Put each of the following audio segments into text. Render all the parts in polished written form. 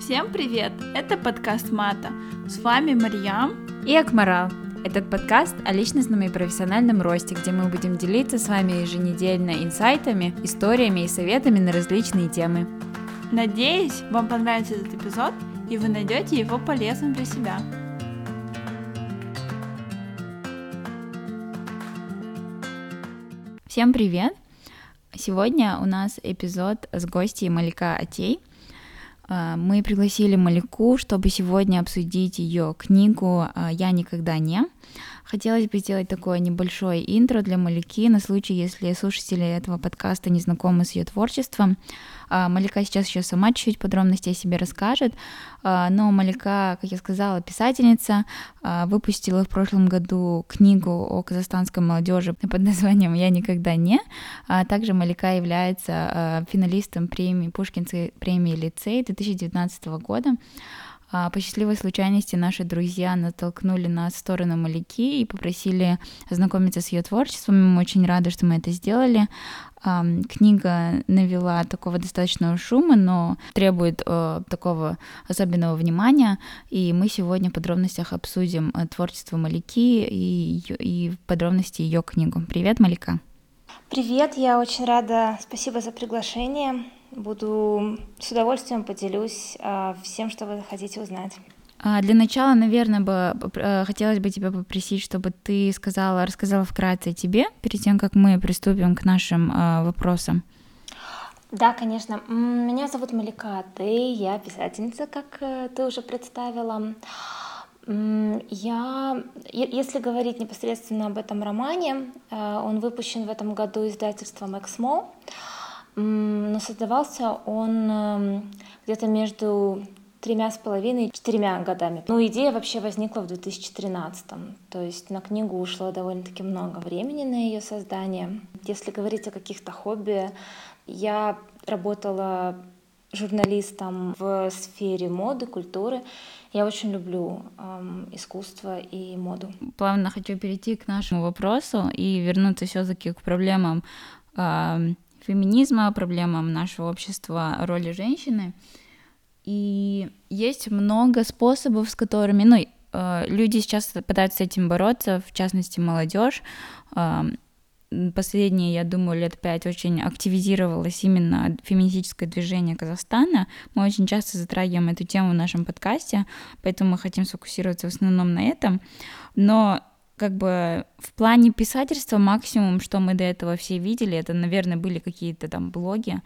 Всем привет! Это подкаст Мата. С вами Марьям и Акмарал. Этот подкаст о личностном и профессиональном росте, где мы будем делиться с вами еженедельно инсайтами, историями и советами на различные темы. Надеюсь, вам понравится этот эпизод, и вы найдете его полезным для себя. Всем привет! Сегодня у нас эпизод с гостьей Малика Атей. Мы пригласили Малику, чтобы сегодня обсудить ее книгу «Я никогда не». Хотелось бы сделать такое небольшое интро для Малики на случай, если слушатели этого подкаста не знакомы с ее творчеством. Малика сейчас еще сама чуть-чуть подробностей о себе расскажет, но Малика, как я сказала, писательница, выпустила в прошлом году книгу о казахстанской молодежи под названием «Я никогда не». Также Малика является финалистом премии Пушкинской премии лицей 2019 года. По счастливой случайности наши друзья натолкнули нас в сторону Малики и попросили ознакомиться с ее творчеством. Мы очень рады, что мы это сделали. Книга навела такого достаточного шума, но требует такого особенного внимания. И мы сегодня в подробностях обсудим творчество Малики и в подробности ее книгу. Привет, Малика! Привет, я очень рада. Спасибо за приглашение. Буду с удовольствием поделюсь всем, что вы хотите узнать. Для начала, наверное, хотелось бы тебя попросить, чтобы ты рассказала вкратце о тебе, перед тем, как мы приступим к нашим вопросам. Да, конечно. Меня зовут Малика Атей, я писательница, как ты уже представила. Если говорить непосредственно об этом романе, он выпущен в этом году издательством «Эксмо», но создавался он где-то между 3,5 и 4 годами. Идея вообще возникла в 2013, то есть на книгу ушло довольно-таки много времени на ее создание. Если говорить о каких-то хобби, я работала журналистом в сфере моды, культуры. Я очень люблю искусство и моду. Плавно хочу перейти к нашему вопросу и вернуться все-таки к проблемам феминизма, проблемам нашего общества, роли женщины. И есть много способов, с которыми люди сейчас пытаются с этим бороться, в частности, молодежь. Последние, я думаю, лет 5 очень активизировалось именно феминистическое движение Казахстана. Мы очень часто затрагиваем эту тему в нашем подкасте, поэтому мы хотим сфокусироваться в основном на этом. Но в плане писательства максимум, что мы до этого все видели, это, наверное, были какие-то там блоги,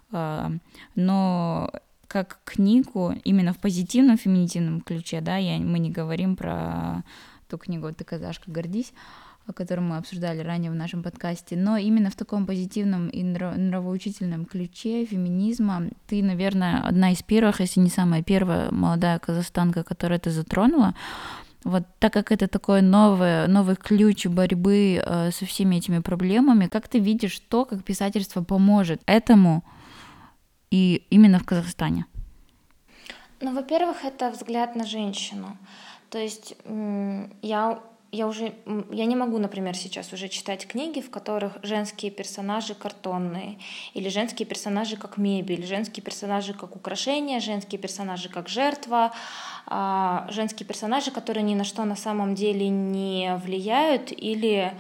но как книгу именно в позитивном феминитивном ключе, да, мы не говорим про ту книгу «Ты, казашка, гордись», о котором мы обсуждали ранее в нашем подкасте, но именно в таком позитивном и нравоучительном ключе феминизма ты, наверное, одна из первых, если не самая первая молодая казахстанка, которая это затронула. Вот так как это такой новый ключ борьбы со всеми этими проблемами, как ты видишь то, как писательство поможет этому и именно в Казахстане? Во-первых, это взгляд на женщину. То есть я не могу, например, сейчас уже читать книги, в которых женские персонажи картонные, или женские персонажи как мебель, женские персонажи как украшение, женские персонажи как жертва, женские персонажи, которые ни на что на самом деле не влияют или,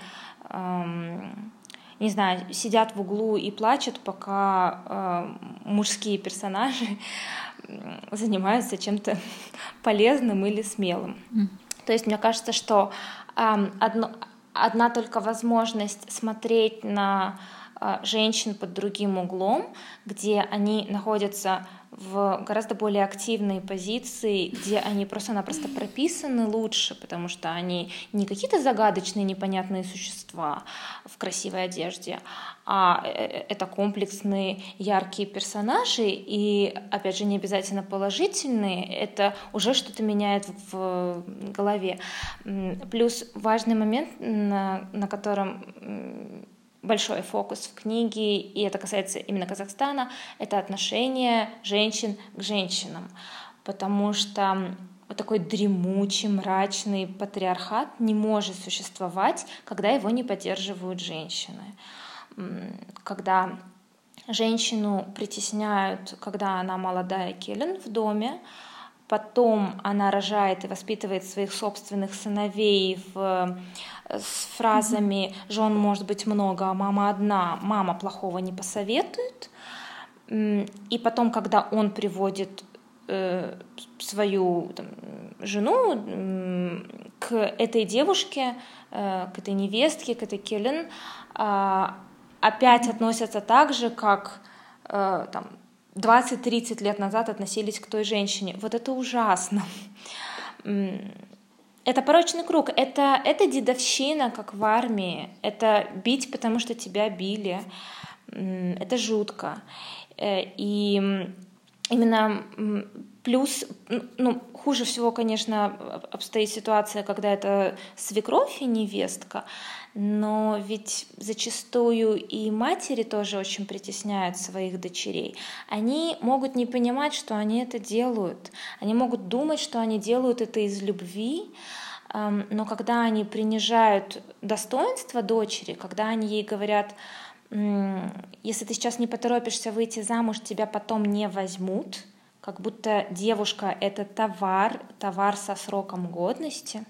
не знаю, сидят в углу и плачут, пока мужские персонажи занимаются чем-то полезным или смелым. То есть мне кажется, что одна только возможность смотреть на женщин под другим углом, где они находятся в гораздо более активной позиции, где они просто-напросто прописаны лучше, потому что они не какие-то загадочные, непонятные существа в красивой одежде, а это комплексные, яркие персонажи, и, опять же, не обязательно положительные, это уже что-то меняет в голове. Плюс важный момент, на котором большой фокус в книге, и это касается именно Казахстана, это отношение женщин к женщинам, потому что вот такой дремучий, мрачный патриархат не может существовать, когда его не поддерживают женщины, когда женщину притесняют, когда она молодая келен в доме, потом она рожает и воспитывает своих собственных сыновей с фразами «жен может быть много, а мама одна, мама плохого не посоветует». И потом, когда он приводит свою жену к этой девушке, к этой невестке, к этой келен, опять относятся так же, как 20-30 лет назад относились к той женщине. Вот это ужасно. Это порочный круг, это дедовщина, как в армии, это бить, потому что тебя били, это жутко. И именно плюс, хуже всего, конечно, обстоит ситуация, когда это свекровь и невестка, но ведь зачастую и матери тоже очень притесняют своих дочерей. Они могут не понимать, что они это делают. Они могут думать, что они делают это из любви, но когда они принижают достоинство дочери, когда они ей говорят: если ты сейчас не поторопишься выйти замуж, тебя потом не возьмут, как будто девушка — это товар со сроком годности.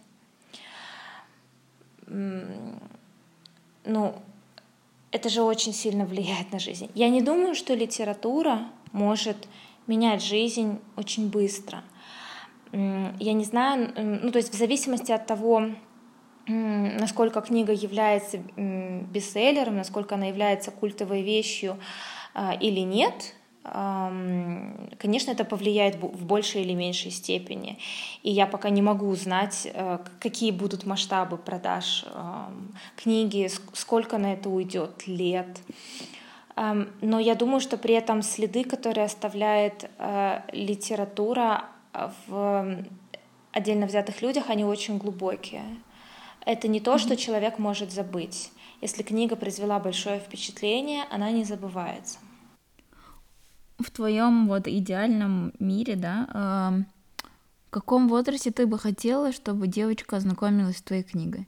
Это же очень сильно влияет на жизнь. Я не думаю, что литература может менять жизнь очень быстро. Я не знаю, то есть в зависимости от того, насколько книга является бестселлером, насколько она является культовой вещью или нет, конечно, это повлияет в большей или меньшей степени. И я пока не могу узнать, какие будут масштабы продаж книги, сколько на это уйдет лет. Но я думаю, что при этом следы, которые оставляет литература в отдельно взятых людях, они очень глубокие. Это не то, что человек может забыть. Если книга произвела большое впечатление, она не забывается. В твоем идеальном мире, да, в каком возрасте ты бы хотела, чтобы девочка ознакомилась с твоей книгой?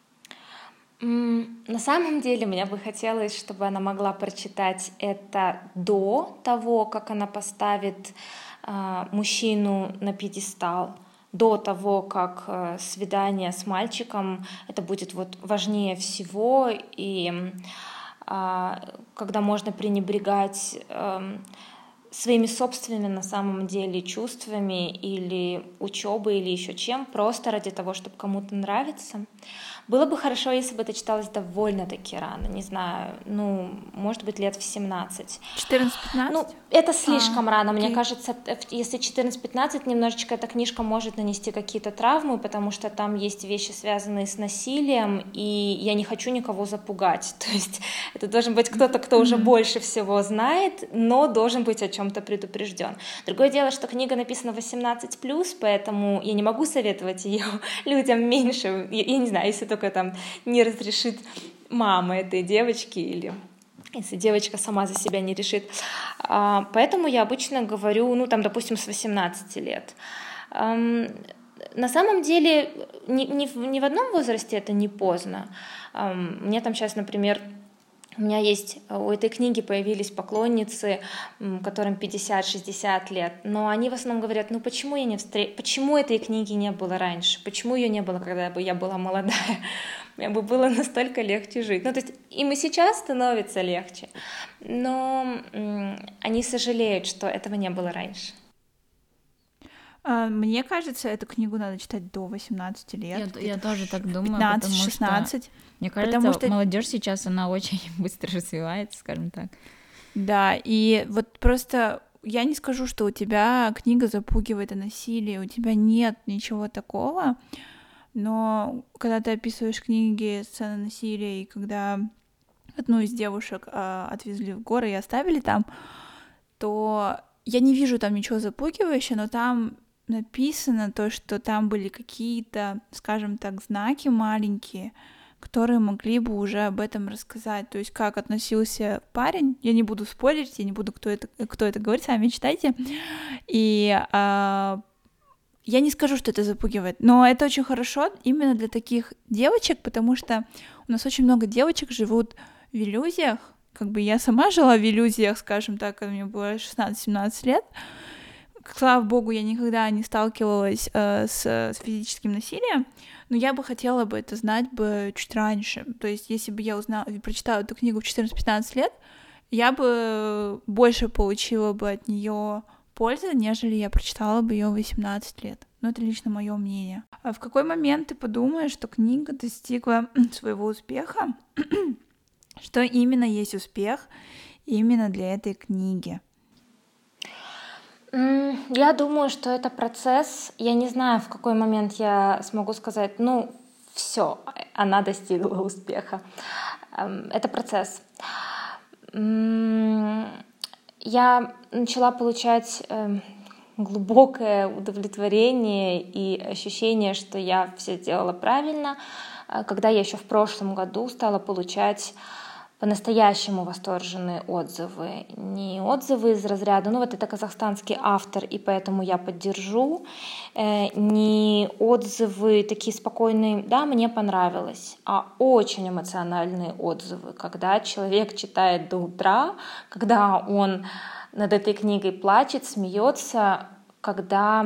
На самом деле, мне бы хотелось, чтобы она могла прочитать это до того, как она поставит мужчину на пьедестал, до того, как свидание с мальчиком это будет важнее всего, и когда можно пренебрегать своими собственными на самом деле чувствами или учебой или еще чем, просто ради того, чтобы кому-то нравиться. Было бы хорошо, если бы это читалось довольно-таки рано, не знаю, может быть, лет в 17. 14-15? Это слишком рано, мне кажется, если 14-15, немножечко эта книжка может нанести какие-то травмы, потому что там есть вещи, связанные с насилием, и я не хочу никого запугать, то есть это должен быть кто-то, кто уже больше всего знает, но должен быть о чем-то предупрежден. Другое дело, что книга написана 18+, поэтому я не могу советовать ее людям меньше, я не знаю, если только там не разрешит мама этой девочки или если девочка сама за себя не решит. Поэтому я обычно говорю, допустим, с 18 лет. На самом деле ни в одном возрасте это не поздно. Мне там сейчас, например, у этой книги появились поклонницы, которым 50-60 лет, но они в основном говорят, почему этой книги не было раньше, почему ее не было, когда я была молодая, мне бы было настолько легче жить. То есть им и сейчас становится легче, но они сожалеют, что этого не было раньше. Мне кажется, эту книгу надо читать до 18 лет. Я тоже так думаю. 15-16. Мне кажется, молодежь сейчас, она очень быстро развивается, скажем так. Да, и просто я не скажу, что у тебя книга запугивает о насилии, у тебя нет ничего такого, но когда ты описываешь книги сцены насилия, и когда одну из девушек отвезли в горы и оставили там, то я не вижу там ничего запугивающего, но там написано то, что там были какие-то, скажем так, знаки маленькие, которые могли бы уже об этом рассказать. То есть как относился парень, я не буду спорить, я не буду, кто это говорит, сами читайте. И я не скажу, что это запугивает, но это очень хорошо именно для таких девочек, потому что у нас очень много девочек живут в иллюзиях, как бы я сама жила в иллюзиях, скажем так, когда мне было 16-17 лет. Слава богу, я никогда не сталкивалась с физическим насилием, но я бы хотела бы это знать бы чуть раньше. То есть, если бы я прочитала эту книгу в 14-15 лет, я бы больше получила бы от нее пользы, нежели я прочитала бы ее в 18 лет. Но это лично мое мнение. А в какой момент ты подумаешь, что книга достигла своего успеха? Что именно есть успех именно для этой книги? Я думаю, что это процесс. Я не знаю, в какой момент я смогу сказать, все, она достигла успеха. Это процесс. Я начала получать глубокое удовлетворение и ощущение, что я все делала правильно, когда я еще в прошлом году стала получать по-настоящему восторженные отзывы. Не отзывы из разряда, вот это казахстанский автор, и поэтому я поддержу, не отзывы такие спокойные, да, мне понравилось, а очень эмоциональные отзывы, когда человек читает до утра, когда он над этой книгой плачет, смеется, когда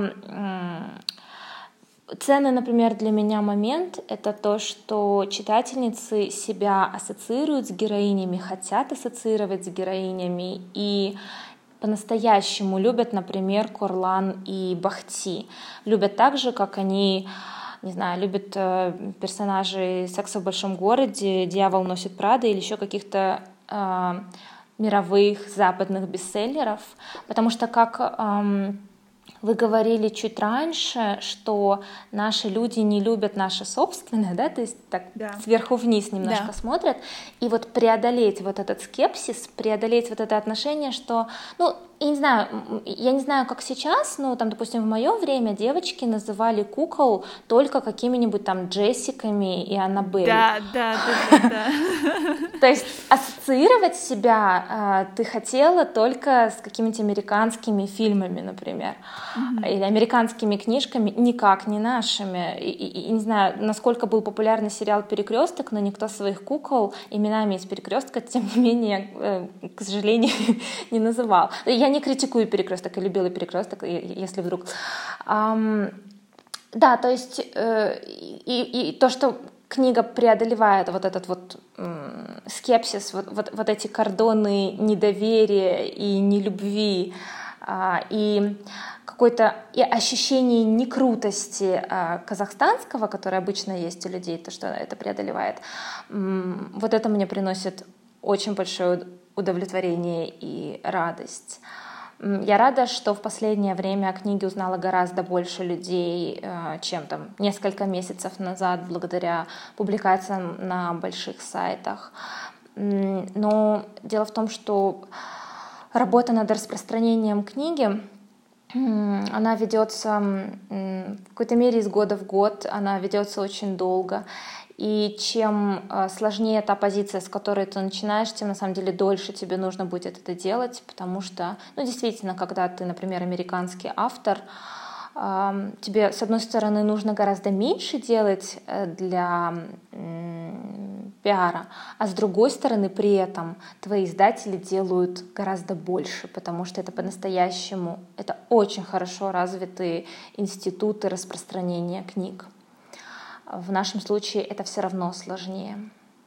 ценный, например, для меня момент — это то, что читательницы себя ассоциируют с героинями, хотят ассоциировать с героинями и по-настоящему любят, например, Корлан и Бахти. Любят так же, как они, не знаю, любят персонажей «Секса в большом городе», «Дьявол носит Прада» или еще каких-то мировых западных бестселлеров. Потому что, как вы говорили чуть раньше, что наши люди не любят наше собственное, да, то есть так сверху вниз немножко смотрят, и вот преодолеть вот этот скепсис, преодолеть вот это отношение, что, я не знаю, как сейчас, допустим, в мое время девочки называли кукол только какими-нибудь там Джессиками и Аннабель. Да. То есть ассоциировать себя ты хотела только с какими-то американскими фильмами, например, или американскими книжками, никак не нашими. И не знаю, насколько был популярный сериал «Перекресток», но никто своих кукол именами из «Перекрестка», тем не менее, к сожалению, не называл. Я не критикую «Перекресток», я любила «Перекресток», если вдруг. Да, то есть и то, что книга преодолевает вот этот вот скепсис, вот эти кордоны недоверия и нелюбви, и какое-то ощущение некрутости казахстанского, которое обычно есть у людей, то, что это преодолевает, вот это мне приносит очень большое удовлетворение и радость. Я рада, что в последнее время о книге узнало гораздо больше людей, чем несколько месяцев назад, благодаря публикациям на больших сайтах. Но дело в том, что работа над распространением книги, она ведется в какой-то мере из года в год, она ведется очень долго. И чем сложнее та позиция, с которой ты начинаешь, тем на самом деле дольше тебе нужно будет это делать, потому что, действительно, когда ты, например, американский автор, тебе, с одной стороны, нужно гораздо меньше делать для пиара, а с другой стороны, при этом твои издатели делают гораздо больше, потому что это по-настоящему, это очень хорошо развитые институты распространения книг. В нашем случае это все равно сложнее.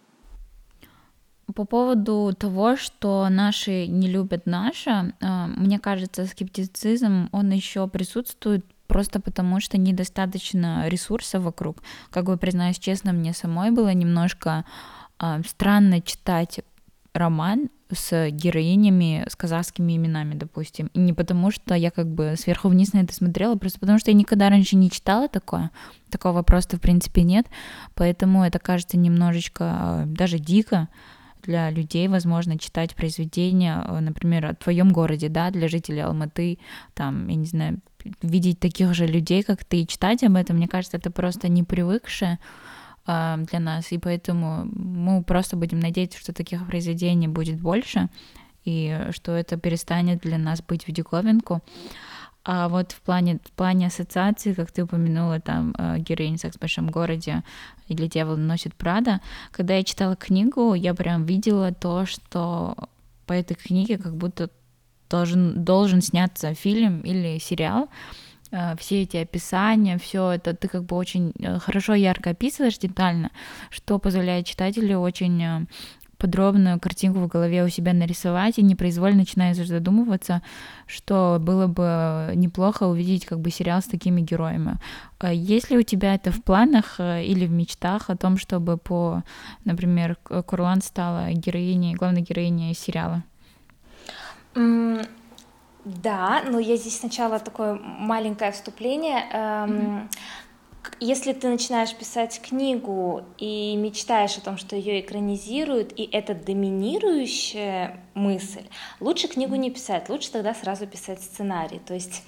По поводу того, что наши не любят наше, мне кажется, скептицизм, он еще присутствует просто потому, что недостаточно ресурсов вокруг. Как бы, признаюсь честно, мне самой было немножко странно читать роман с героинями с казахскими именами, допустим. И не потому, что я как бы сверху вниз на это смотрела, просто потому что я никогда раньше не читала такое. Такого просто, в принципе, нет. Поэтому это кажется немножечко даже дико для людей, возможно, читать произведения, например, о твоем городе, да, для жителей Алматы, там, я не знаю, видеть таких же людей, как ты, и читать об этом, мне кажется, это просто непривыкшее для нас, и поэтому мы просто будем надеяться, что таких произведений будет больше, и что это перестанет для нас быть в диковинку. А вот в плане ассоциации, как ты упомянула, там героинь «Секс в большом городе» или «Дьявол носит Прада», когда я читала книгу, я прям видела то, что по этой книге как будто должен сняться фильм или сериал. Все эти описания, все это ты как бы очень хорошо, ярко описываешь детально, что позволяет читателю очень подробную картинку в голове у себя нарисовать, и непроизвольно начинаешь задумываться, что было бы неплохо увидеть как бы сериал с такими героями. Есть ли у тебя это в планах или в мечтах о том, чтобы например, Курлан стала главной героиней сериала? Да, но я здесь сначала такое маленькое вступление. Если ты начинаешь писать книгу и мечтаешь о том, что ее экранизируют, и это доминирующая мысль, лучше книгу не писать, лучше тогда сразу писать сценарий. То есть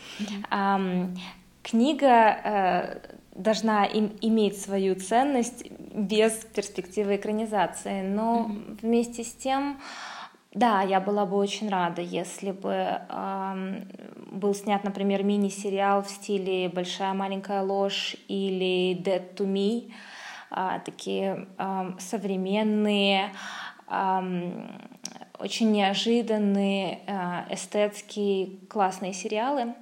книга должна иметь свою ценность без перспективы экранизации, но вместе с тем... Да, я была бы очень рада, если бы был снят, например, мини-сериал в стиле «Большая маленькая ложь» или «Dead to Me», такие современные, очень неожиданные, эстетские, классные сериалы.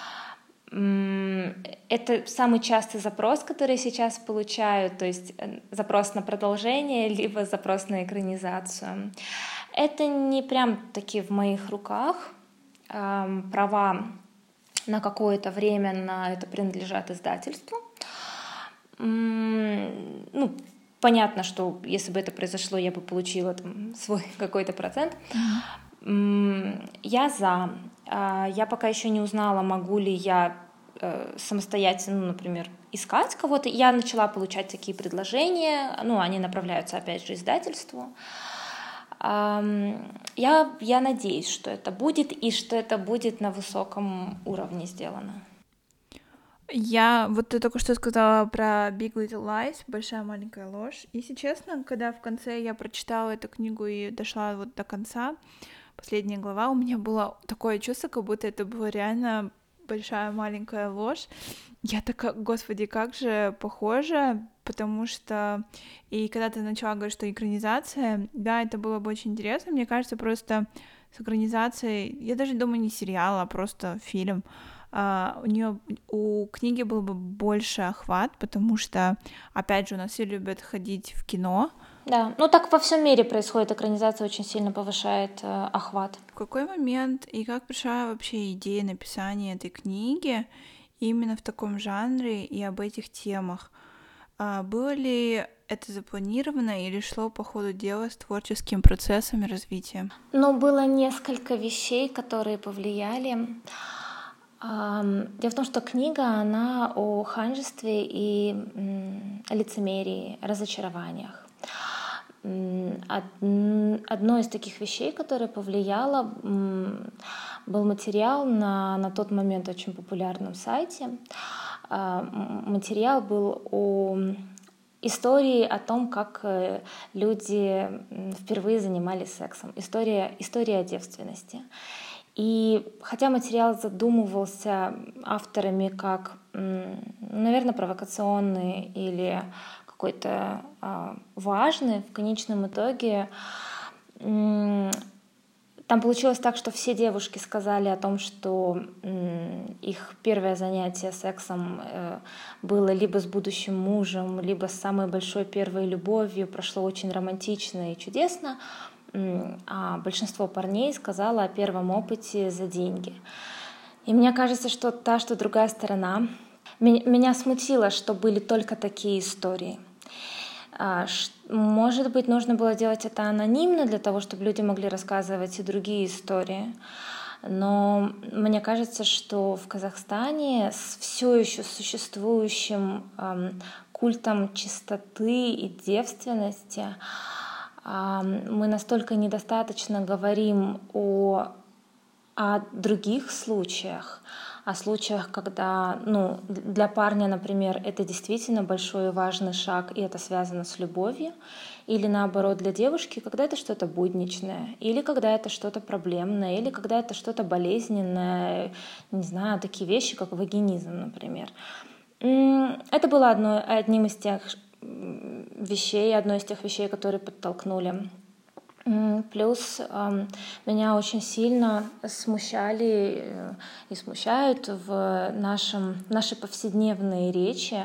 Это самый частый запрос, который я сейчас получаю, то есть запрос на продолжение, либо запрос на экранизацию. Это не прям таки в моих руках. Права на какое-то время на это принадлежат издательству. Ну, понятно, что если бы это произошло, я бы получила там свой какой-то процент. Я за. Я пока еще не узнала, могу ли я самостоятельно, ну, например, искать кого-то. Я начала получать такие предложения, ну, они направляются, опять же, издательству. Я надеюсь, что это будет, и что это будет на высоком уровне сделано. Вот ты только что сказала про Big Little Lies, «Большая маленькая ложь». Если честно, когда в конце я прочитала эту книгу и дошла вот до конца, последняя глава, у меня было такое чувство, как будто это была реально большая маленькая ложь. Я такая, господи, как же похоже, потому что... И когда ты начала говорить, что экранизация, да, это было бы очень интересно. Мне кажется, просто с экранизацией, я даже думаю, не сериал, а просто фильм, у книги был бы больше охват, потому что, опять же, у нас все любят ходить в кино. Да, ну так во всем мире происходит, экранизация очень сильно повышает охват. В какой момент и как пришла вообще идея написания этой книги именно в таком жанре и об этих темах? Было ли это запланировано или шло по ходу дела с творческим процессом и развитием? Ну, было несколько вещей, которые повлияли. Дело в том, что книга, она о ханжестве и лицемерии, разочарованиях. Одной из таких вещей, которая повлияла, был материал на тот момент очень популярном сайте. Материал был о истории о том, как люди впервые занимались сексом. История о девственности. И хотя материал задумывался авторами как, наверное, провокационный или какой-то важный, в конечном итоге там получилось так, что все девушки сказали о том, что их первое занятие сексом было либо с будущим мужем, либо с самой большой первой любовью, прошло очень романтично и чудесно, а большинство парней сказало о первом опыте за деньги. И мне кажется, что та, что другая сторона. Меня смутило, что были только такие истории. Может быть, нужно было делать это анонимно для того, чтобы люди могли рассказывать и другие истории. Но мне кажется, что в Казахстане с все еще существующим культом чистоты и девственности мы настолько недостаточно говорим о других случаях, о случаях, когда, ну, для парня, например, это действительно большой и важный шаг, и это связано с любовью, или наоборот для девушки, когда это что-то будничное, или когда это что-то проблемное, или когда это что-то болезненное, не знаю, такие вещи, как вагинизм, например. Это было одной из тех вещей, которые подтолкнули. Плюс меня очень сильно смущали и смущают в нашей повседневной речи.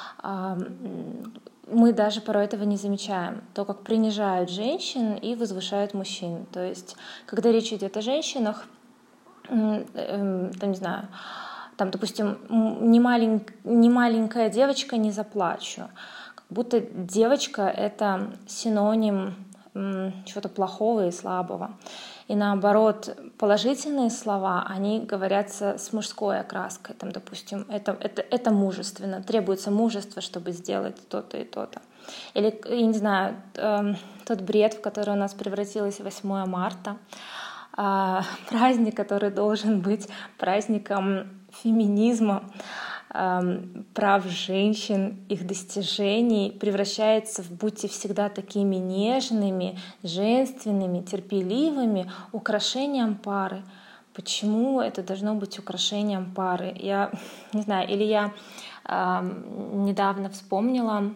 Мы даже порой этого не замечаем. То, как принижают женщин и возвышают мужчин. То есть, когда речь идет о женщинах, там, не знаю, там, допустим, не маленькая девочка, не заплачу. Как будто девочка — это синоним чего-то плохого и слабого. И наоборот, положительные слова, они говорятся с мужской окраской. Там, допустим, это мужественно, требуется мужество, чтобы сделать то-то и то-то. Или, я не знаю, тот бред, в который у нас превратилось 8 марта, праздник, который должен быть праздником феминизма, прав женщин, их достижений, превращается в «будьте всегда такими нежными, женственными, терпеливыми» украшением пары. Почему это должно быть украшением пары? Я не знаю, или я недавно вспомнила,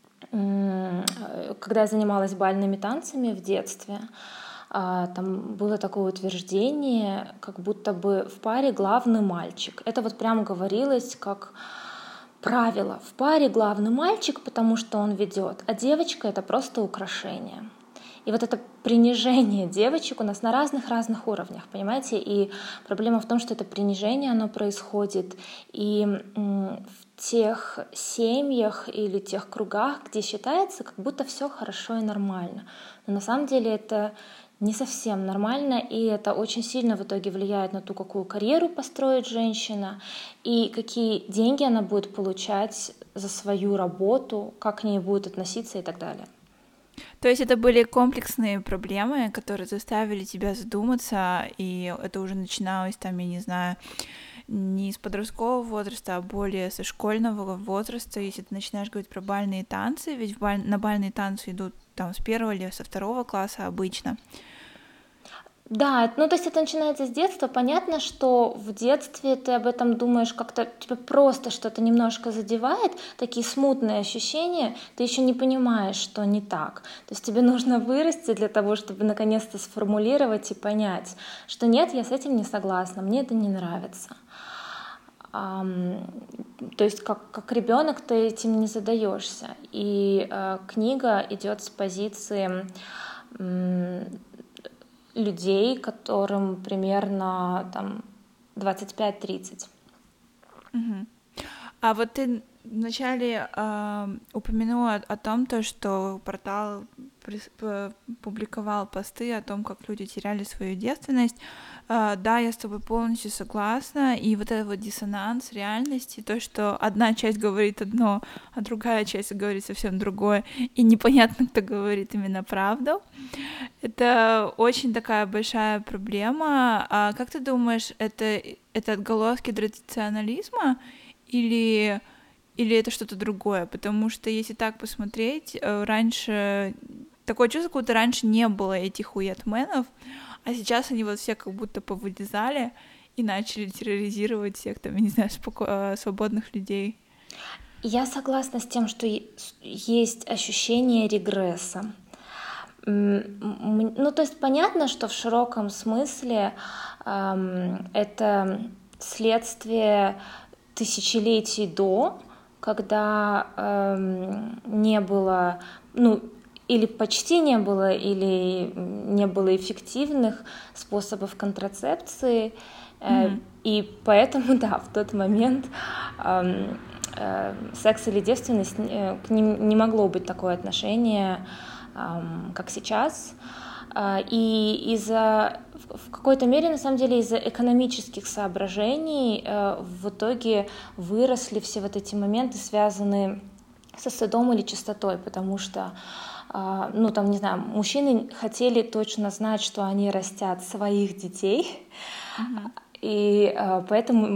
когда я занималась бальными танцами в детстве, там было такое утверждение, как будто бы в паре главный мальчик. Это вот прям говорилось как правило. В паре главный мальчик, потому что он ведет, а девочка — это просто украшение. И вот это принижение девочек у нас на разных уровнях, понимаете? И проблема в том, что это принижение, оно происходит и в тех семьях или тех кругах, где считается, как будто все хорошо и нормально. Но на самом деле это не совсем нормально, и это очень сильно в итоге влияет на то, какую карьеру построит женщина, и какие деньги она будет получать за свою работу, как к ней будут относиться и так далее. То есть это были комплексные проблемы, которые заставили тебя задуматься, и это уже начиналось там, я не знаю, не с подросткового возраста, а более со школьного возраста, если ты начинаешь говорить про бальные танцы, ведь на бальные танцы идут там с 1 или со 2 класса обычно. Да, ну то есть это начинается с детства. Понятно, что в детстве ты об этом думаешь, как-то тебя просто что-то немножко задевает, такие смутные ощущения, ты еще не понимаешь, что не так. То есть тебе нужно вырасти для того, чтобы наконец-то сформулировать и понять, что нет, я с этим не согласна, мне это не нравится. То есть как ребенок ты этим не задаешься. И книга идет с позиции людей, которым примерно там 25-30. Угу. А вот ты вначале упомянула о том, что портал публиковал посты о том, как люди теряли свою девственность. Да, я с тобой полностью согласна. И вот этот вот диссонанс реальности, то, что одна часть говорит одно, а другая часть говорит совсем другое, и непонятно, кто говорит именно правду, это очень такая большая проблема. А как ты думаешь, это отголоски традиционализма или это что-то другое? Потому что если так посмотреть, раньше такое чувство, как будто раньше не было этих уедменов, а сейчас они вот все как будто повылезали и начали терроризировать всех там, я не знаю, свободных людей. Я согласна с тем, что есть ощущение регресса. Ну, то есть понятно, что в широком смысле это следствие тысячелетий до, когда не было, ну, или почти не было, или не было эффективных способов контрацепции. И поэтому, да, в тот момент секс или девственность, к ним не могло быть такое отношение, как сейчас. И в какой-то мере, на самом деле, из-за экономических соображений в итоге выросли все вот эти моменты, связанные со стыдом или чистотой, потому что, ну, там, не знаю, мужчины хотели точно знать, что они растят своих детей, и поэтому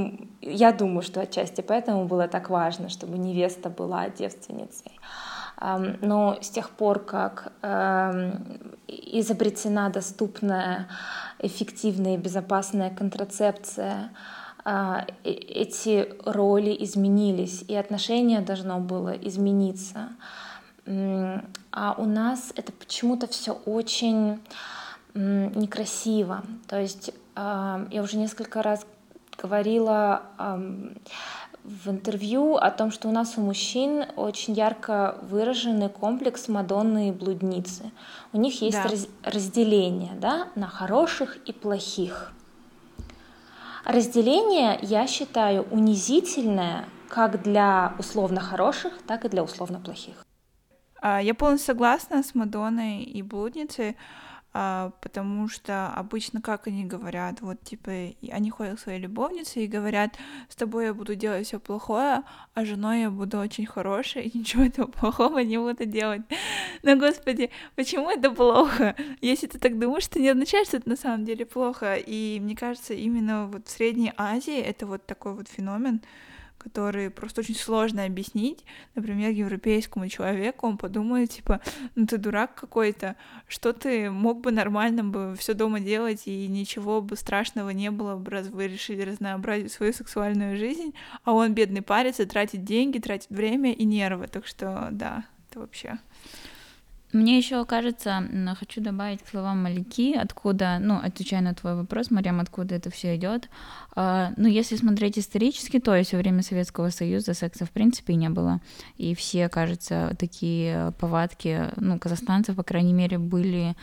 я думаю, что отчасти поэтому было так важно, чтобы невеста была девственницей. Но с тех пор, как изобретена доступная, эффективная и безопасная контрацепция, эти роли изменились, и отношение должно было измениться. А у нас это почему-то все очень некрасиво. То есть я уже несколько раз говорила в интервью о том, что у нас у мужчин очень ярко выраженный комплекс Мадонны и блудницы. У них есть разделение, да, на хороших и плохих. Разделение, я считаю, унизительное как для условно хороших, так и для условно плохих. Я полностью согласна с Мадонной и блудницей, потому что обычно, как они говорят, вот типа они ходят к своей любовнице и говорят: с тобой я буду делать все плохое, а женой я буду очень хорошей, и ничего этого плохого не буду делать. Но, господи, почему это плохо? Если ты так думаешь, это не означает, что это на самом деле плохо. И мне кажется, именно вот в Средней Азии это вот такой вот феномен, который просто очень сложно объяснить, например, европейскому человеку. Он подумает, типа, ну ты дурак какой-то, что ты мог бы нормально бы все дома делать, и ничего бы страшного не было бы, раз вы решили разнообразить свою сексуальную жизнь, а он, бедный, парится, тратит деньги, тратит время и нервы, так что, да, это вообще... Мне еще кажется, хочу добавить к словам Малики, откуда, ну, отвечая на твой вопрос, Марьям, откуда это все идет. Ну, если смотреть исторически, то есть во время Советского Союза секса в принципе не было, и все, кажется, такие повадки, ну, казахстанцев, по крайней мере, были,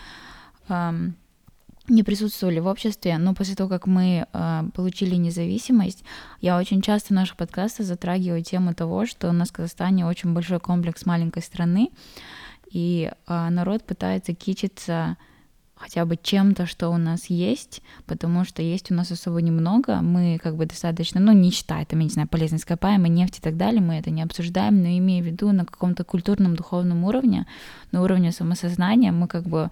не присутствовали в обществе, но после того, как мы получили независимость, я очень часто в наших подкастах затрагиваю тему того, что у нас в Казахстане очень большой комплекс маленькой страны, и народ пытается кичиться хотя бы чем-то, что у нас есть, потому что есть у нас особо немного, мы как бы достаточно, ну, не считая, там, я не знаю, полезные ископаемые, нефть и так далее, мы это не обсуждаем, но имея в виду на каком-то культурном, духовном уровне, на уровне самосознания, мы как бы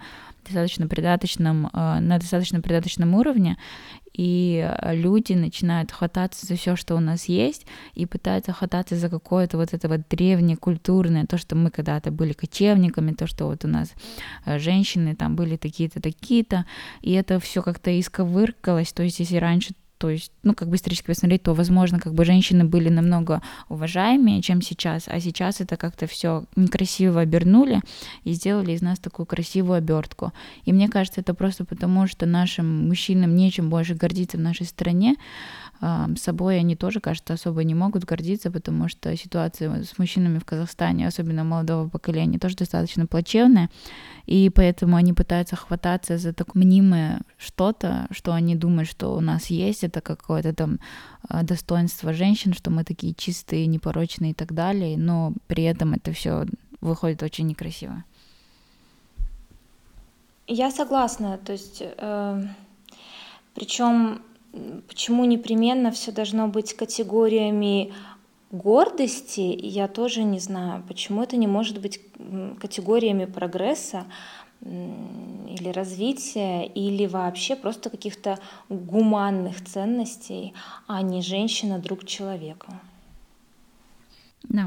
на достаточно придаточном уровне, и люди начинают хвататься за все, что у нас есть, и пытаются хвататься за какое-то вот это вот древнее культурное, то, что мы когда-то были кочевниками, то, что вот у нас женщины там были такие-то, такие-то, и это все как-то исковыркалось, то есть если раньше, то есть, ну, как бы исторически посмотреть, то, возможно, как бы женщины были намного уважаемее, чем сейчас, а сейчас это как-то все некрасиво обернули и сделали из нас такую красивую обертку. И мне кажется, это просто потому, что нашим мужчинам нечем больше гордиться в нашей стране, собой они тоже, кажется, особо не могут гордиться, потому что ситуация с мужчинами в Казахстане, особенно молодого поколения, тоже достаточно плачевная, и поэтому они пытаются хвататься за такое мнимое что-то, что они думают, что у нас есть, это какое-то там достоинство женщин, что мы такие чистые, непорочные и так далее, но при этом это все выходит очень некрасиво. Я согласна, то есть, причем почему непременно все должно быть категориями гордости, я тоже не знаю, почему это не может быть категориями прогресса или развития, или вообще просто каких-то гуманных ценностей, а не женщина друг человеку. Да.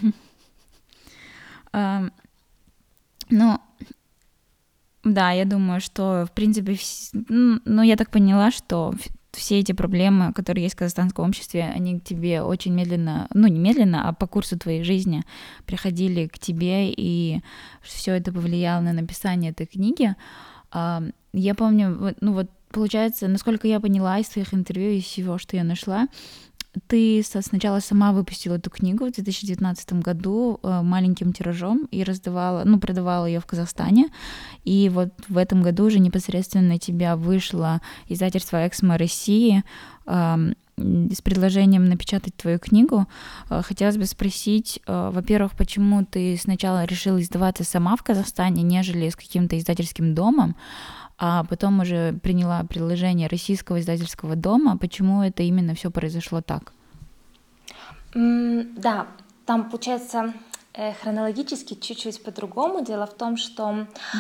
Ну, да, я думаю, что, в принципе, ну, я так поняла, что все эти проблемы, которые есть в казахстанском обществе, они к тебе очень медленно, ну, не медленно, а по курсу твоей жизни приходили к тебе, и все это повлияло на написание этой книги. Я помню, ну, вот, получается, насколько я поняла из твоих интервью, из всего, что я нашла, ты сначала сама выпустила эту книгу в 2019 году маленьким тиражом и продавала ее в Казахстане. И вот в этом году уже непосредственно на тебя вышло издательство «Эксмо России» с предложением напечатать твою книгу. Хотелось бы спросить, во-первых, почему ты сначала решила издаваться сама в Казахстане, нежели с каким-то издательским домом, а потом уже приняла предложение российского издательского дома. Почему это именно все произошло так? Да, там получается хронологически чуть-чуть по-другому. Дело в том, что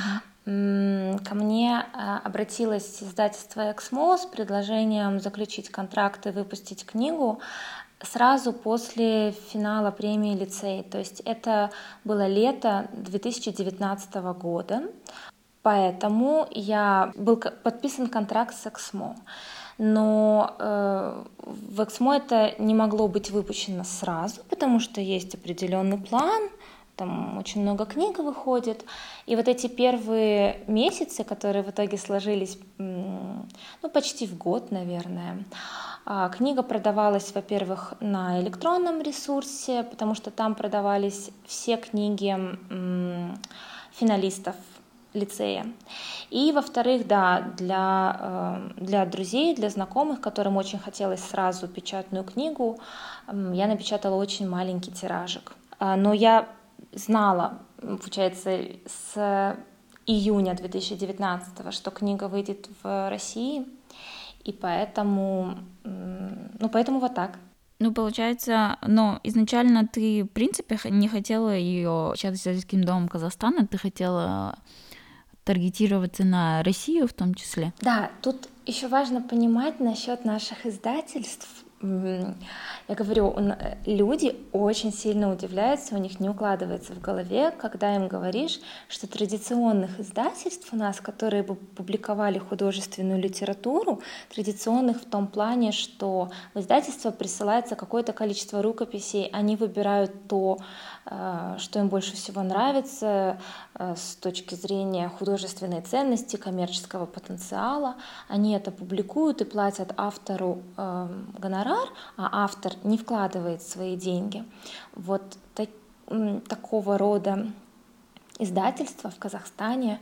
ко мне обратилось издательство «Эксмо» с предложением заключить контракт и выпустить книгу сразу после финала премии «Лицей». То есть это было лето 2019 года, поэтому был подписан контракт с «Эксмо». Но в «Эксмо» это не могло быть выпущено сразу, потому что есть определенный план, там очень много книг выходит, и вот эти первые месяцы, которые в итоге сложились, почти в год, наверное, книга продавалась, во-первых, на электронном ресурсе, потому что там продавались все книги финалистов лицея. И, во-вторых, да, для друзей, для знакомых, которым очень хотелось сразу печатную книгу, я напечатала очень маленький тиражик. Но я знала, получается, с июня 2019, что книга выйдет в России, и поэтому вот так. Получается, но изначально ты, в принципе, не хотела ее печатать издательским домом Казахстана, ты хотела таргетироваться на Россию в том числе? Да, тут еще важно понимать насчет наших издательств. Я говорю, люди очень сильно удивляются, у них не укладывается в голове, когда им говоришь, что традиционных издательств у нас, которые бы публиковали художественную литературу, традиционных в том плане, что в издательство присылается какое-то количество рукописей, они выбирают то, что им больше всего нравится с точки зрения художественной ценности, коммерческого потенциала, они это публикуют и платят автору гонорар, а автор не вкладывает свои деньги. Вот такого рода издательства в Казахстане,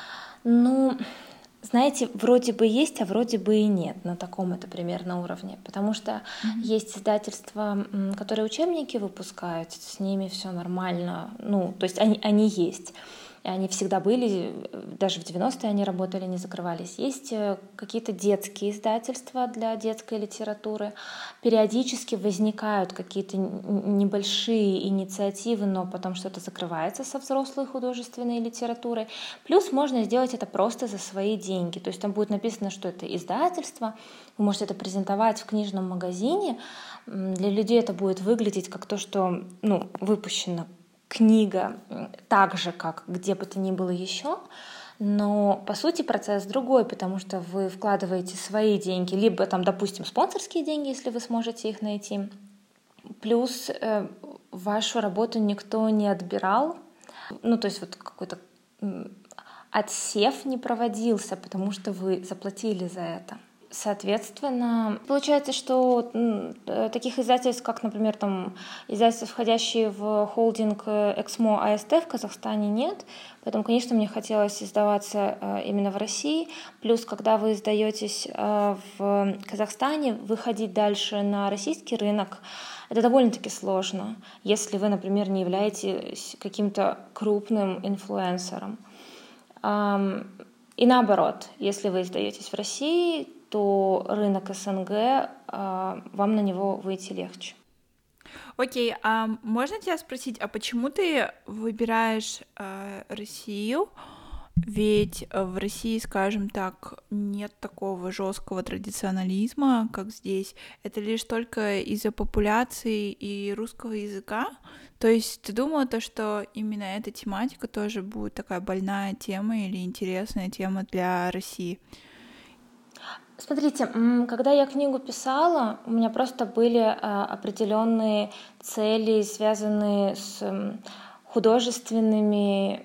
знаете, вроде бы есть, а вроде бы и нет на таком это примерно уровне, потому что есть издательства, которые учебники выпускают, с ними все нормально, то есть они есть. Они всегда были, даже в 90-е они работали, не закрывались. Есть какие-то детские издательства для детской литературы. Периодически возникают какие-то небольшие инициативы, но потом что-то закрывается со взрослой художественной литературой. Плюс можно сделать это просто за свои деньги. То есть там будет написано, что это издательство, вы можете это презентовать в книжном магазине. Для людей это будет выглядеть как то, что выпущено книга так же, как где бы то ни было еще, но по сути процесс другой, потому что вы вкладываете свои деньги, либо там, допустим, спонсорские деньги, если вы сможете их найти, плюс вашу работу никто не отбирал, то есть вот какой-то отсев не проводился, потому что вы заплатили за это. Соответственно, получается, что таких издательств, как, например, издательства, входящие в холдинг «Эксмо» АСТ в Казахстане, нет. Поэтому, конечно, мне хотелось издаваться именно в России. Плюс, когда вы издаетесь в Казахстане, выходить дальше на российский рынок — это довольно-таки сложно, если вы, например, не являетесь каким-то крупным инфлюенсером. И наоборот, если вы издаетесь в России, то рынок СНГ, вам на него выйти легче. Окей, а можно тебя спросить, а почему ты выбираешь Россию? Ведь в России, скажем так, нет такого жесткого традиционализма, как здесь. Это лишь только из-за популяции и русского языка. То есть ты думала, что именно эта тематика тоже будет такая больная тема или интересная тема для России? Смотрите, когда я книгу писала, у меня просто были определенные цели, связанные с художественные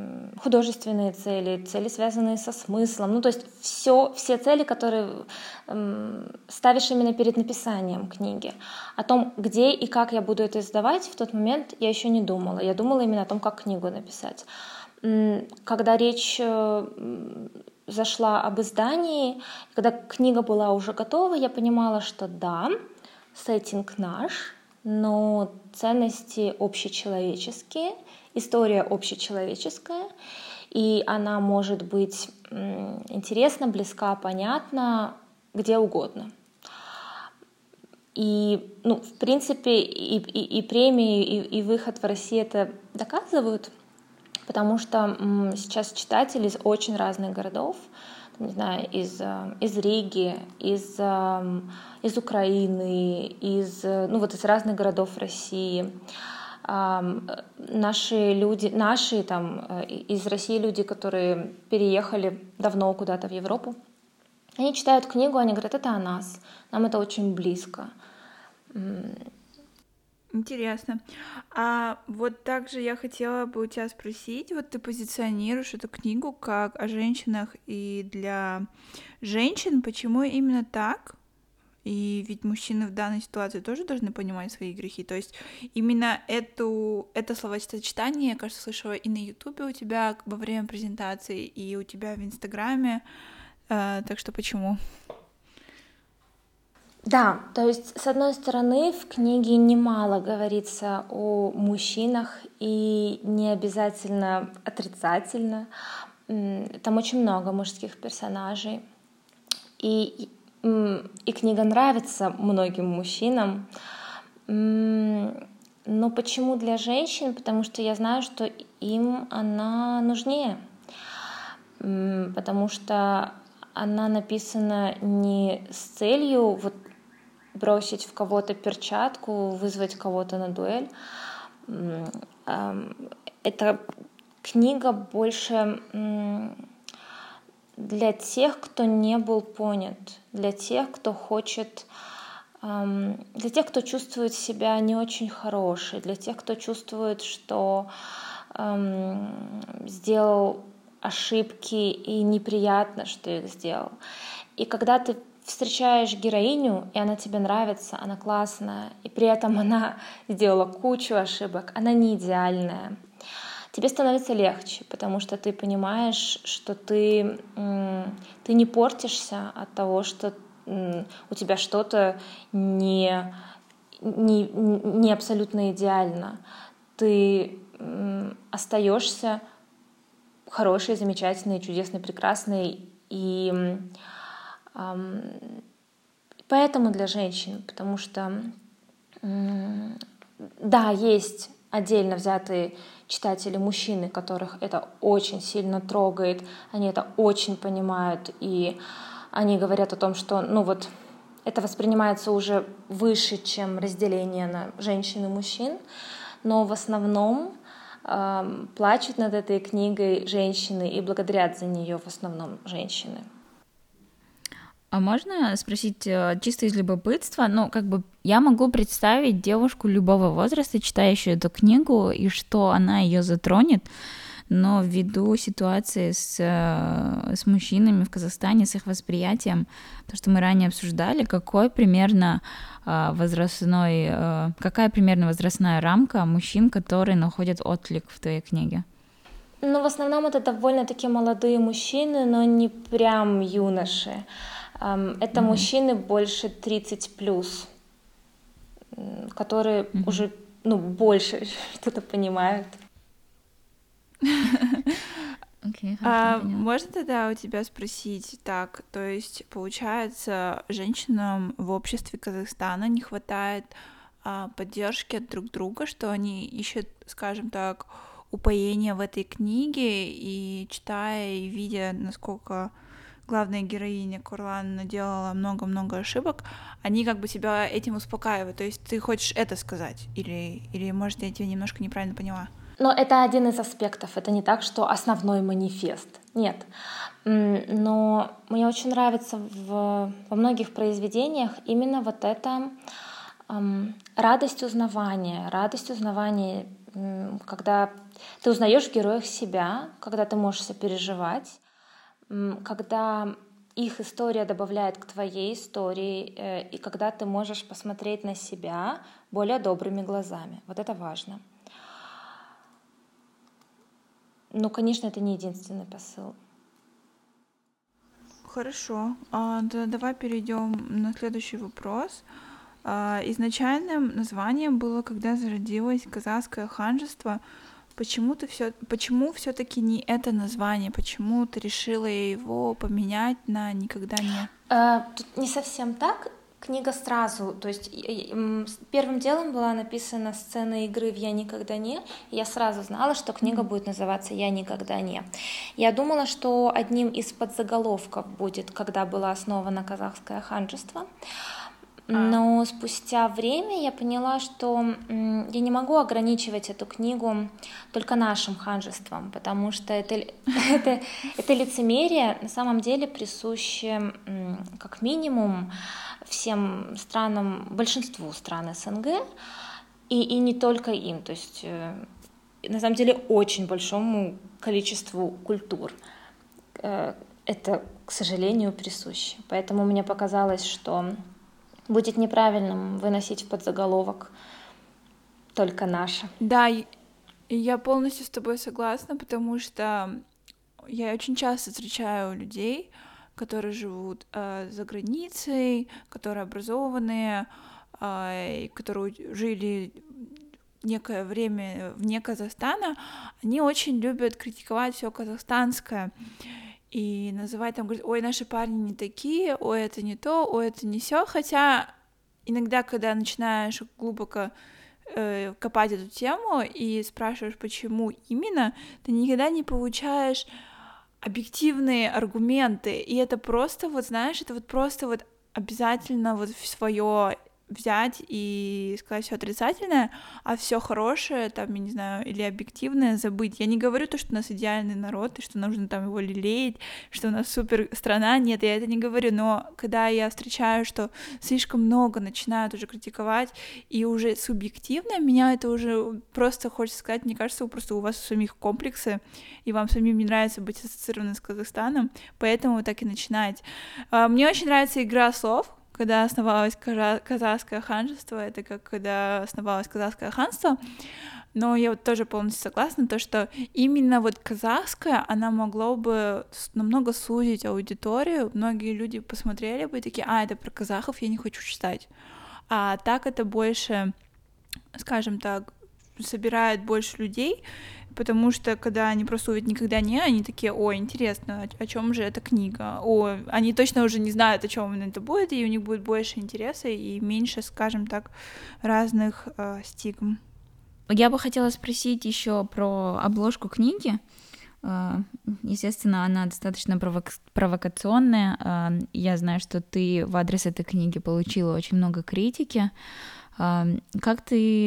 цели, связанные со смыслом. То есть все цели, которые ставишь именно перед написанием книги. О том, где и как я буду это издавать, в тот момент я еще не думала. Я думала именно о том, как книгу написать. Когда речь зашла об издании, когда книга была уже готова, я понимала, что да, сеттинг наш, но ценности общечеловеческие, история общечеловеческая, и она может быть интересна, близка, понятна где угодно. И, в принципе, и премии, и выход в России это доказывают. потому что сейчас читатели из очень разных городов, не знаю, из Риги, из Украины, из разных городов России. Наши люди, из России люди, которые переехали давно куда-то в Европу, они читают книгу, они говорят, это о нас, нам это очень близко. Интересно. А вот также я хотела бы у тебя спросить, вот ты позиционируешь эту книгу как о женщинах и для женщин, почему именно так? И ведь мужчины в данной ситуации тоже должны понимать свои грехи. То есть именно это словосочетание, я, кажется, слышала и на Ютубе у тебя во время презентации, и у тебя в Инстаграме. Так что почему? Да, то есть, с одной стороны, в книге немало говорится о мужчинах, и не обязательно отрицательно. Там очень много мужских персонажей. И книга нравится многим мужчинам. Но почему для женщин? Потому что я знаю, что им она нужнее. Потому что она написана не с целью вот бросить в кого-то перчатку, вызвать кого-то на дуэль. Эта книга больше для тех, кто не был понят, для тех, кто хочет, для тех, кто чувствует себя не очень хорошей, для тех, кто чувствует, что сделал ошибки и неприятно, что их сделал. И когда ты встречаешь героиню, и она тебе нравится, она классная, и при этом она сделала кучу ошибок, она не идеальная, тебе становится легче, потому что ты понимаешь, что ты не портишься от того, что у тебя что-то не абсолютно идеально. Ты остаешься хорошей, замечательной, чудесной, прекрасной, и поэтому для женщин, потому что, да, есть отдельно взятые читатели мужчины, которых это очень сильно трогает, они это очень понимают, и они говорят о том, что, это воспринимается уже выше, чем разделение на женщин и мужчин, но в основном плачут над этой книгой женщины и благодарят за нее в основном женщины. А можно спросить чисто из любопытства? Я могу представить девушку любого возраста, читающую эту книгу, и что она ее затронет, но ввиду ситуации с мужчинами в Казахстане, с их восприятием, то, что мы ранее обсуждали, какая примерно возрастная рамка мужчин, которые находят отклик в твоей книге? В основном это довольно-таки молодые мужчины, но не прям юноши. Это мужчины больше 30+, которые уже больше что-то понимают. Можно тогда у тебя спросить так, то есть получается, женщинам в обществе Казахстана не хватает поддержки от друг друга, что они ищут, скажем так, упоения в этой книге, и читая и видя, насколько главная героиня Курлан наделала много-много ошибок, они как бы себя этим успокаивают. То есть ты хочешь это сказать? Или может, я тебя немножко неправильно поняла? Но это один из аспектов. Это не так, что основной манифест. Нет. Но мне очень нравится во многих произведениях именно вот эта радость узнавания, когда ты узнаешь в героях себя, когда ты можешь сопереживать, когда их история добавляет к твоей истории, и когда ты можешь посмотреть на себя более добрыми глазами. Вот это важно. Но, конечно, это не единственный посыл. Хорошо. Давай перейдем на следующий вопрос. Изначальным названием было, когда зародилось казахское ханжество. Почему все-таки не это название? Почему ты решила его поменять на «Никогда не»? Тут не совсем так. книга сразу, то есть первым делом была написана сцена игры в «Я никогда не», и я сразу знала, что книга будет называться «Я никогда не». Я думала, что одним из подзаголовков будет «Когда было основано казахское ханжество», но спустя время я поняла, что я не могу ограничивать эту книгу только нашим ханжеством, потому что это лицемерие на самом деле присуще как минимум всем странам, большинству стран СНГ, и не только им, то есть на самом деле очень большому количеству культур это, к сожалению, присуще. Поэтому мне показалось, что будет неправильным выносить в подзаголовок только наше. Да, я полностью с тобой согласна, потому что я очень часто встречаю людей, которые живут за границей, которые образованные, которые жили некое время вне Казахстана, они очень любят критиковать все казахстанское и называть там, говорить, ой, наши парни не такие, ой, это не то, ой, это не сё, хотя иногда, когда начинаешь глубоко копать эту тему и спрашиваешь, почему именно, ты никогда не получаешь объективные аргументы, и это просто, вот знаешь, это вот просто вот обязательно вот свое взять и сказать все отрицательное, а все хорошее, там, я не знаю, или объективное забыть. Я не говорю то, что у нас идеальный народ, и что нужно там его лелеять, что у нас супер страна, нет, я это не говорю, но когда я встречаю, что слишком много начинают уже критиковать, и уже субъективно, меня это уже просто хочется сказать, мне кажется, просто у вас самих комплексы, и вам самим не нравится быть ассоциированным с Казахстаном, поэтому вы так и начинаете. Мне очень нравится игра слов, когда основалось казахское ханжество, это как когда основалось казахское ханство, но я вот тоже полностью согласна, то, что именно вот казахское, она могло бы намного сузить аудиторию, многие люди посмотрели бы и такие, это про казахов я не хочу читать, а так это больше, скажем так, собирает больше людей, потому что когда они просто увидят никогда не, они такие, ой, интересно, о чем же эта книга? Они точно уже не знают, о чем это будет, и у них будет больше интереса и меньше, скажем так, разных стигм. Я бы хотела спросить еще про обложку книги. Естественно, она достаточно провокационная. Я знаю, что ты в адрес этой книги получила очень много критики. Как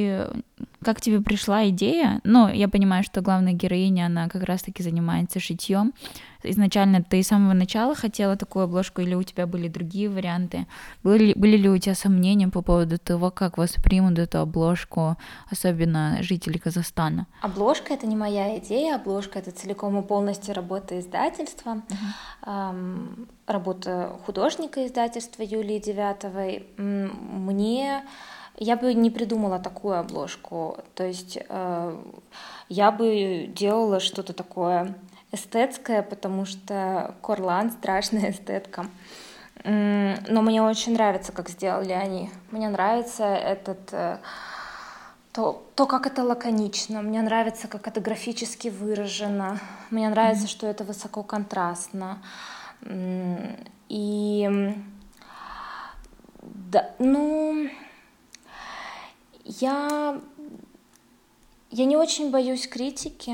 тебе пришла идея? Я понимаю, что главная героиня, она как раз-таки занимается шитьем. Изначально ты с самого начала хотела такую обложку, или у тебя были другие варианты? Были ли у тебя сомнения по поводу того, как воспримут эту обложку, особенно жители Казахстана? Обложка — это не моя идея, обложка — это целиком и полностью работа издательства, работа художника издательства Юлии Девятовой. Я бы не придумала такую обложку, то есть я бы делала что-то такое эстетское, потому что Корлан страшная эстетка. Но мне очень нравится, как сделали они. Мне нравится то, как это лаконично, мне нравится, как это графически выражено, мне нравится, что это высококонтрастно. И да, я не очень боюсь критики.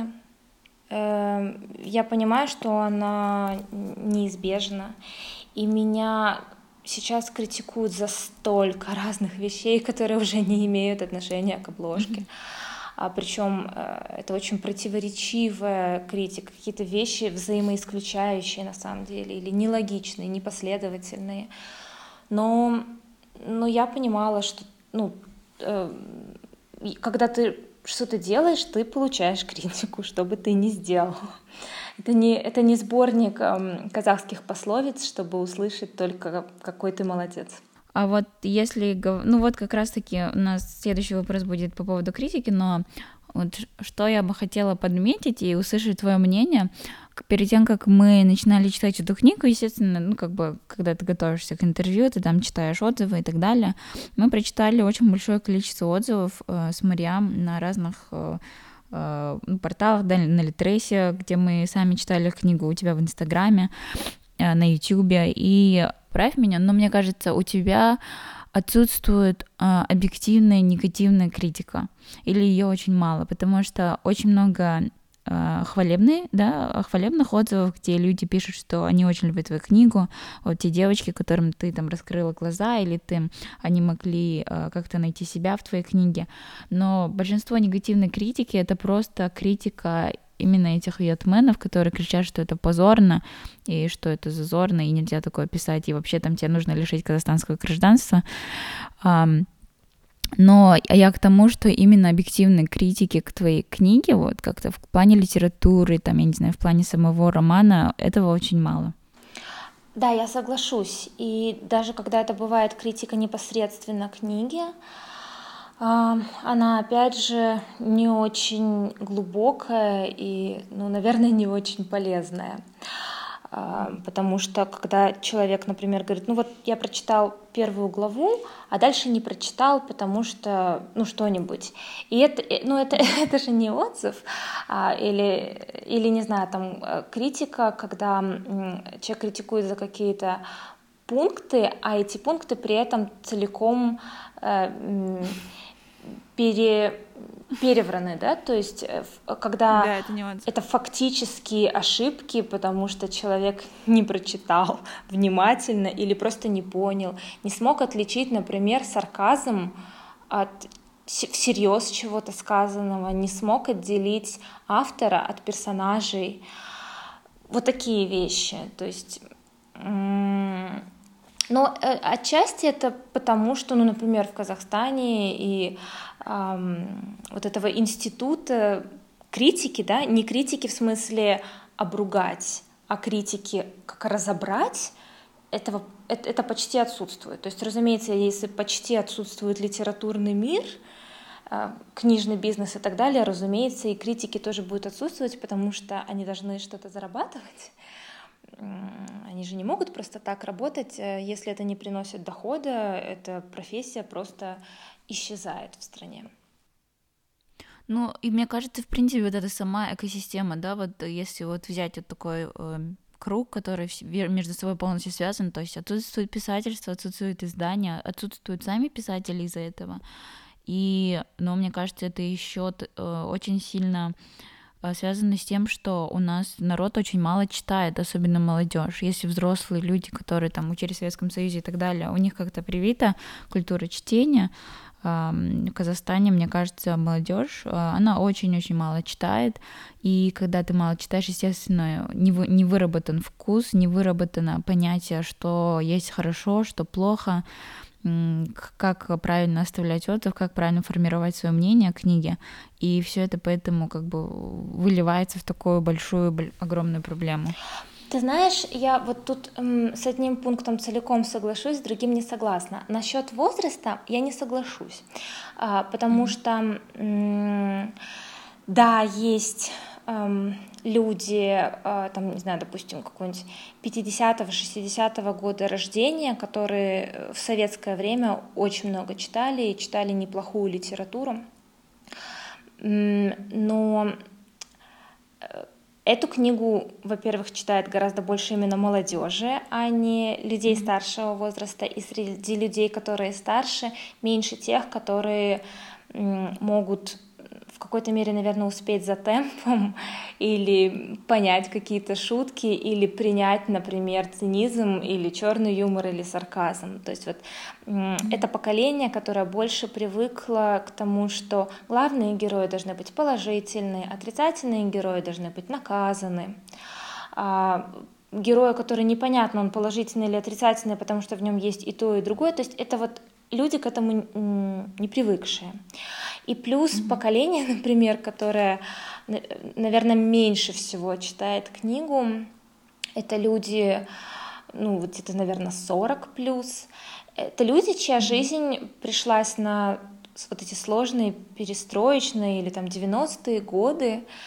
Я понимаю, что она неизбежна. И меня сейчас критикуют за столько разных вещей, которые уже не имеют отношения к обложке. Причем это очень противоречивая критика, какие-то вещи взаимоисключающие на самом деле, или нелогичные, непоследовательные. Но я понимала, что когда ты что-то делаешь, ты получаешь критику, что бы ты ни сделал. Это не сборник казахских пословиц, чтобы услышать только какой ты молодец. А вот если... как раз-таки у нас следующий вопрос будет по поводу критики, но вот что я бы хотела подметить и услышать твое мнение. Перед тем, как мы начинали читать эту книгу, естественно, когда ты готовишься к интервью, ты там читаешь отзывы и так далее, мы прочитали очень большое количество отзывов с Мариам на разных порталах, на Литресе, где мы сами читали книгу у тебя в Инстаграме, на Ютубе, и поправь меня, но мне кажется, у тебя отсутствует объективная негативная критика, или ее очень мало, потому что очень много хвалебных отзывов, где люди пишут, что они очень любят твою книгу, вот те девочки, которым ты там раскрыла глаза, или они могли как-то найти себя в твоей книге, но большинство негативной критики — это просто критика именно этих ятменов, которые кричат, что это позорно, и что это зазорно, и нельзя такое писать, и вообще там тебе нужно лишить казахстанского гражданства. Но я к тому, что именно объективной критики к твоей книге, вот как-то в плане литературы, там, я не знаю, в плане самого романа, этого очень мало. Да, я соглашусь. И даже когда это бывает критика непосредственно книги, она, опять же, не очень глубокая и, наверное, не очень полезная. Потому что когда человек, например, говорит, вот я прочитал первую главу, а дальше не прочитал, потому что, что-нибудь. И это же не отзыв, или, не знаю, там, критика, когда человек критикует за какие-то пункты, а эти пункты при этом целиком перевраны, да, то есть когда это фактические ошибки, потому что человек не прочитал внимательно или просто не понял, не смог отличить, например, сарказм от всерьез чего-то сказанного, не смог отделить автора от персонажей, вот такие вещи, то есть... Но отчасти это потому, что, например, в Казахстане и вот этого института критики, да, не критики в смысле обругать, а критики как разобрать, это почти отсутствует. То есть, разумеется, если почти отсутствует литературный мир, книжный бизнес и так далее, разумеется, и критики тоже будут отсутствовать, потому что они должны что-то зарабатывать. Они же не могут просто так работать, если это не приносит дохода, эта профессия просто исчезает в стране. И мне кажется, в принципе, вот эта сама экосистема, да, вот если вот взять вот такой круг, который между собой полностью связан, то есть отсутствует писательство, отсутствует издание, отсутствуют сами писатели из-за этого. Но мне кажется, это еще очень сильно связано с тем, что у нас народ очень мало читает, особенно молодежь. Если взрослые люди, которые там учились в Советском Союзе и так далее, у них как-то привита культура чтения, в Казахстане, мне кажется, молодежь, она очень-очень мало читает, и когда ты мало читаешь, естественно, не выработан вкус, не выработано понятие, что есть хорошо, что плохо, как правильно оставлять отзыв, как правильно формировать свое мнение о книге, и все это поэтому как бы выливается в такую большую, огромную проблему. Ты знаешь, я вот тут с одним пунктом целиком соглашусь, с другим не согласна. Насчет возраста я не соглашусь, потому что, да, есть люди, там, не знаю, допустим, какого-нибудь 50-го, 60-го года рождения, которые в советское время очень много читали и читали неплохую литературу, но эту книгу, во-первых, читает гораздо больше именно молодежи, а не людей старшего возраста, и среди людей, которые старше, меньше тех, которые могут в какой-то мере, наверное, успеть за темпом или понять какие-то шутки, или принять, например, цинизм, или черный юмор, или сарказм. То есть вот это поколение, которое больше привыкло к тому, что главные герои должны быть положительные, отрицательные герои должны быть наказаны. Герою, который непонятно, он положительный или отрицательный, потому что в нем есть и то, и другое. То есть это вот люди к этому не привыкшие. И плюс поколение, например, которое, наверное, меньше всего читает книгу, это люди, вот где-то, наверное, 40+. Это люди, чья жизнь пришлась на вот эти сложные перестроечные или там 90-е годы,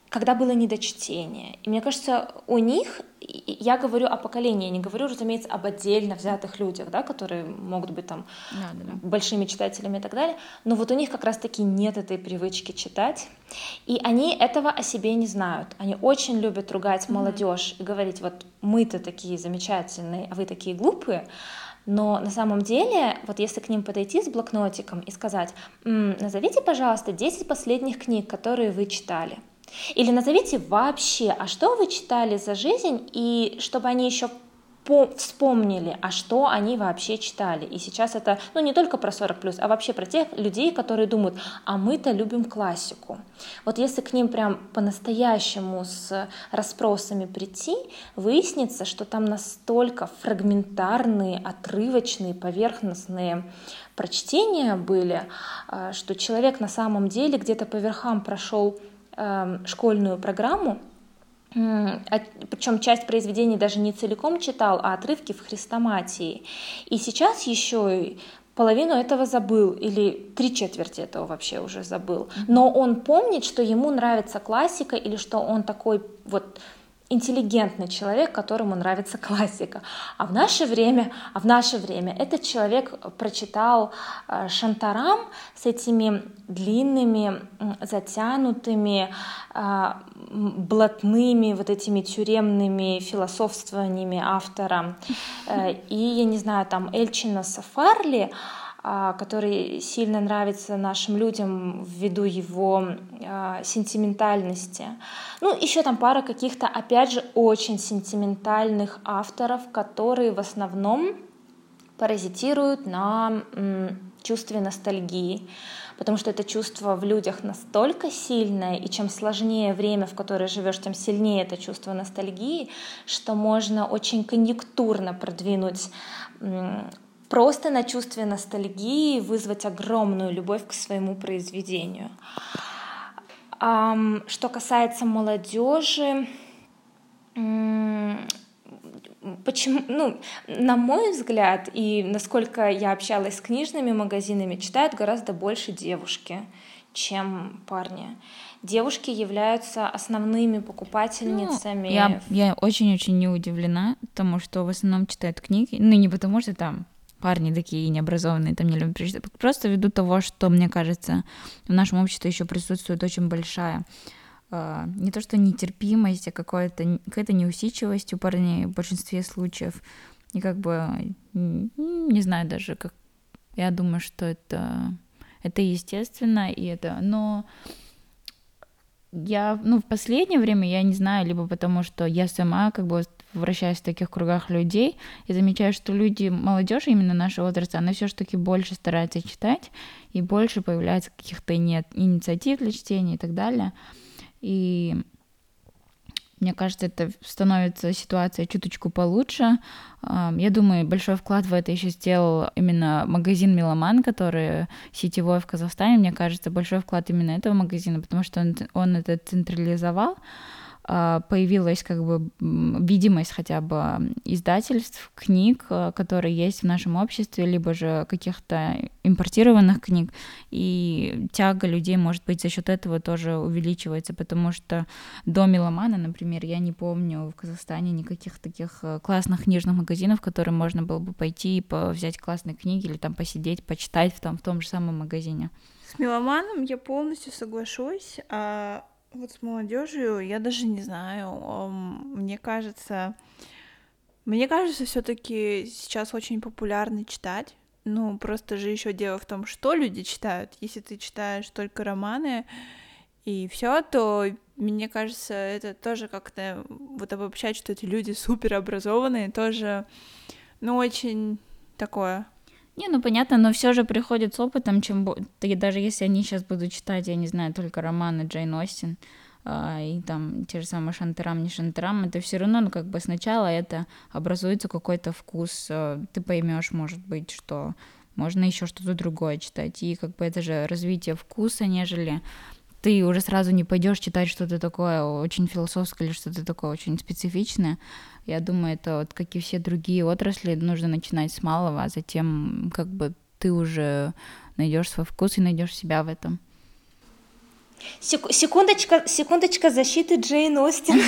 когда было недочтение. И мне кажется, у них, я говорю о поколении, я не говорю, разумеется, об отдельно взятых людях, да, которые могут быть там большими читателями и так далее, но вот у них как раз-таки нет этой привычки читать, и они этого о себе не знают. Они очень любят ругать молодежь и говорить, вот мы-то такие замечательные, а вы такие глупые. Но на самом деле, вот если к ним подойти с блокнотиком и сказать, назовите, пожалуйста, 10 последних книг, которые вы читали. Или назовите вообще, а что вы читали за жизнь, и чтобы они еще вспомнили, а что они вообще читали. И сейчас это, не только про 40+, а вообще про тех людей, которые думают, а мы-то любим классику. Вот если к ним прям по-настоящему с расспросами прийти, выяснится, что там настолько фрагментарные, отрывочные, поверхностные прочтения были, что человек на самом деле где-то по верхам прошел школьную программу, причем часть произведений даже не целиком читал, а отрывки в хрестоматии. И сейчас еще половину этого забыл, или 3/4 этого вообще уже забыл. Но он помнит, что ему нравится классика, или что он такой вот интеллигентный человек, которому нравится классика. А в наше время этот человек прочитал Шантарам с этими длинными, затянутыми, блатными вот этими тюремными философствованиями автора. И, я не знаю, там Эльчина Сафарли, который сильно нравится нашим людям ввиду его сентиментальности. Еще там пара каких-то, опять же, очень сентиментальных авторов, которые в основном паразитируют на чувстве ностальгии, потому что это чувство в людях настолько сильное, и чем сложнее время, в которое живешь, тем сильнее это чувство ностальгии, что можно очень конъюнктурно продвинуть просто на чувстве ностальгии, вызвать огромную любовь к своему произведению. Что касается молодежи, почему, на мой взгляд, и насколько я общалась с книжными магазинами, читают гораздо больше девушки, чем парни. Девушки являются основными покупательницами. Я очень-очень не удивлена тому, что в основном читают книги. Не потому, что там парни такие необразованные, там не любят прочитать. Просто ввиду того, что, мне кажется, в нашем обществе еще присутствует очень большая не то что нетерпимость, а какая-то неусидчивость у парней в большинстве случаев. И не знаю даже, как... Я думаю, что это естественно, и это... Но я, в последнее время, я не знаю, либо потому что я сама вращаюсь в таких кругах людей и замечаю, что люди, молодежь именно нашего возраста, она все-таки больше старается читать, и больше появляется каких-то инициатив для чтения и так далее. И мне кажется, это становится ситуация чуточку получше. Я думаю, большой вклад в это еще сделал именно магазин «Меломан», который сетевой в Казахстане. Мне кажется, большой вклад именно этого магазина, потому что он это централизовал. Появилась видимость хотя бы издательств, книг, которые есть в нашем обществе, либо же каких-то импортированных книг, и тяга людей, может быть, за счет этого тоже увеличивается, потому что до «Меломана», например, я не помню в Казахстане никаких таких классных книжных магазинов, в которые можно было бы пойти и взять классные книги или там посидеть, почитать в том же самом магазине. С «Меломаном» я полностью соглашусь, вот с молодежью я даже не знаю. Мне кажется, все-таки сейчас очень популярно читать. Просто же еще дело в том, что люди читают. Если ты читаешь только романы и все, то мне кажется, это тоже как-то обобщать, что эти люди суперобразованные, тоже, очень такое. Понятно, но все же приходит с опытом, даже если они сейчас будут читать, я не знаю, только романы Джейн Остин, и там те же самые Шантарам, не Шантарам, это все равно, сначала это образуется какой-то вкус, ты поймешь, может быть, что можно еще что-то другое читать, и это же развитие вкуса, нежели ты уже сразу не пойдешь читать что-то такое очень философское или что-то такое очень специфичное. Я думаю, это как и все другие отрасли, нужно начинать с малого, а затем ты уже найдешь свой вкус и найдешь себя в этом. Секундочка защиты Джейн Остин.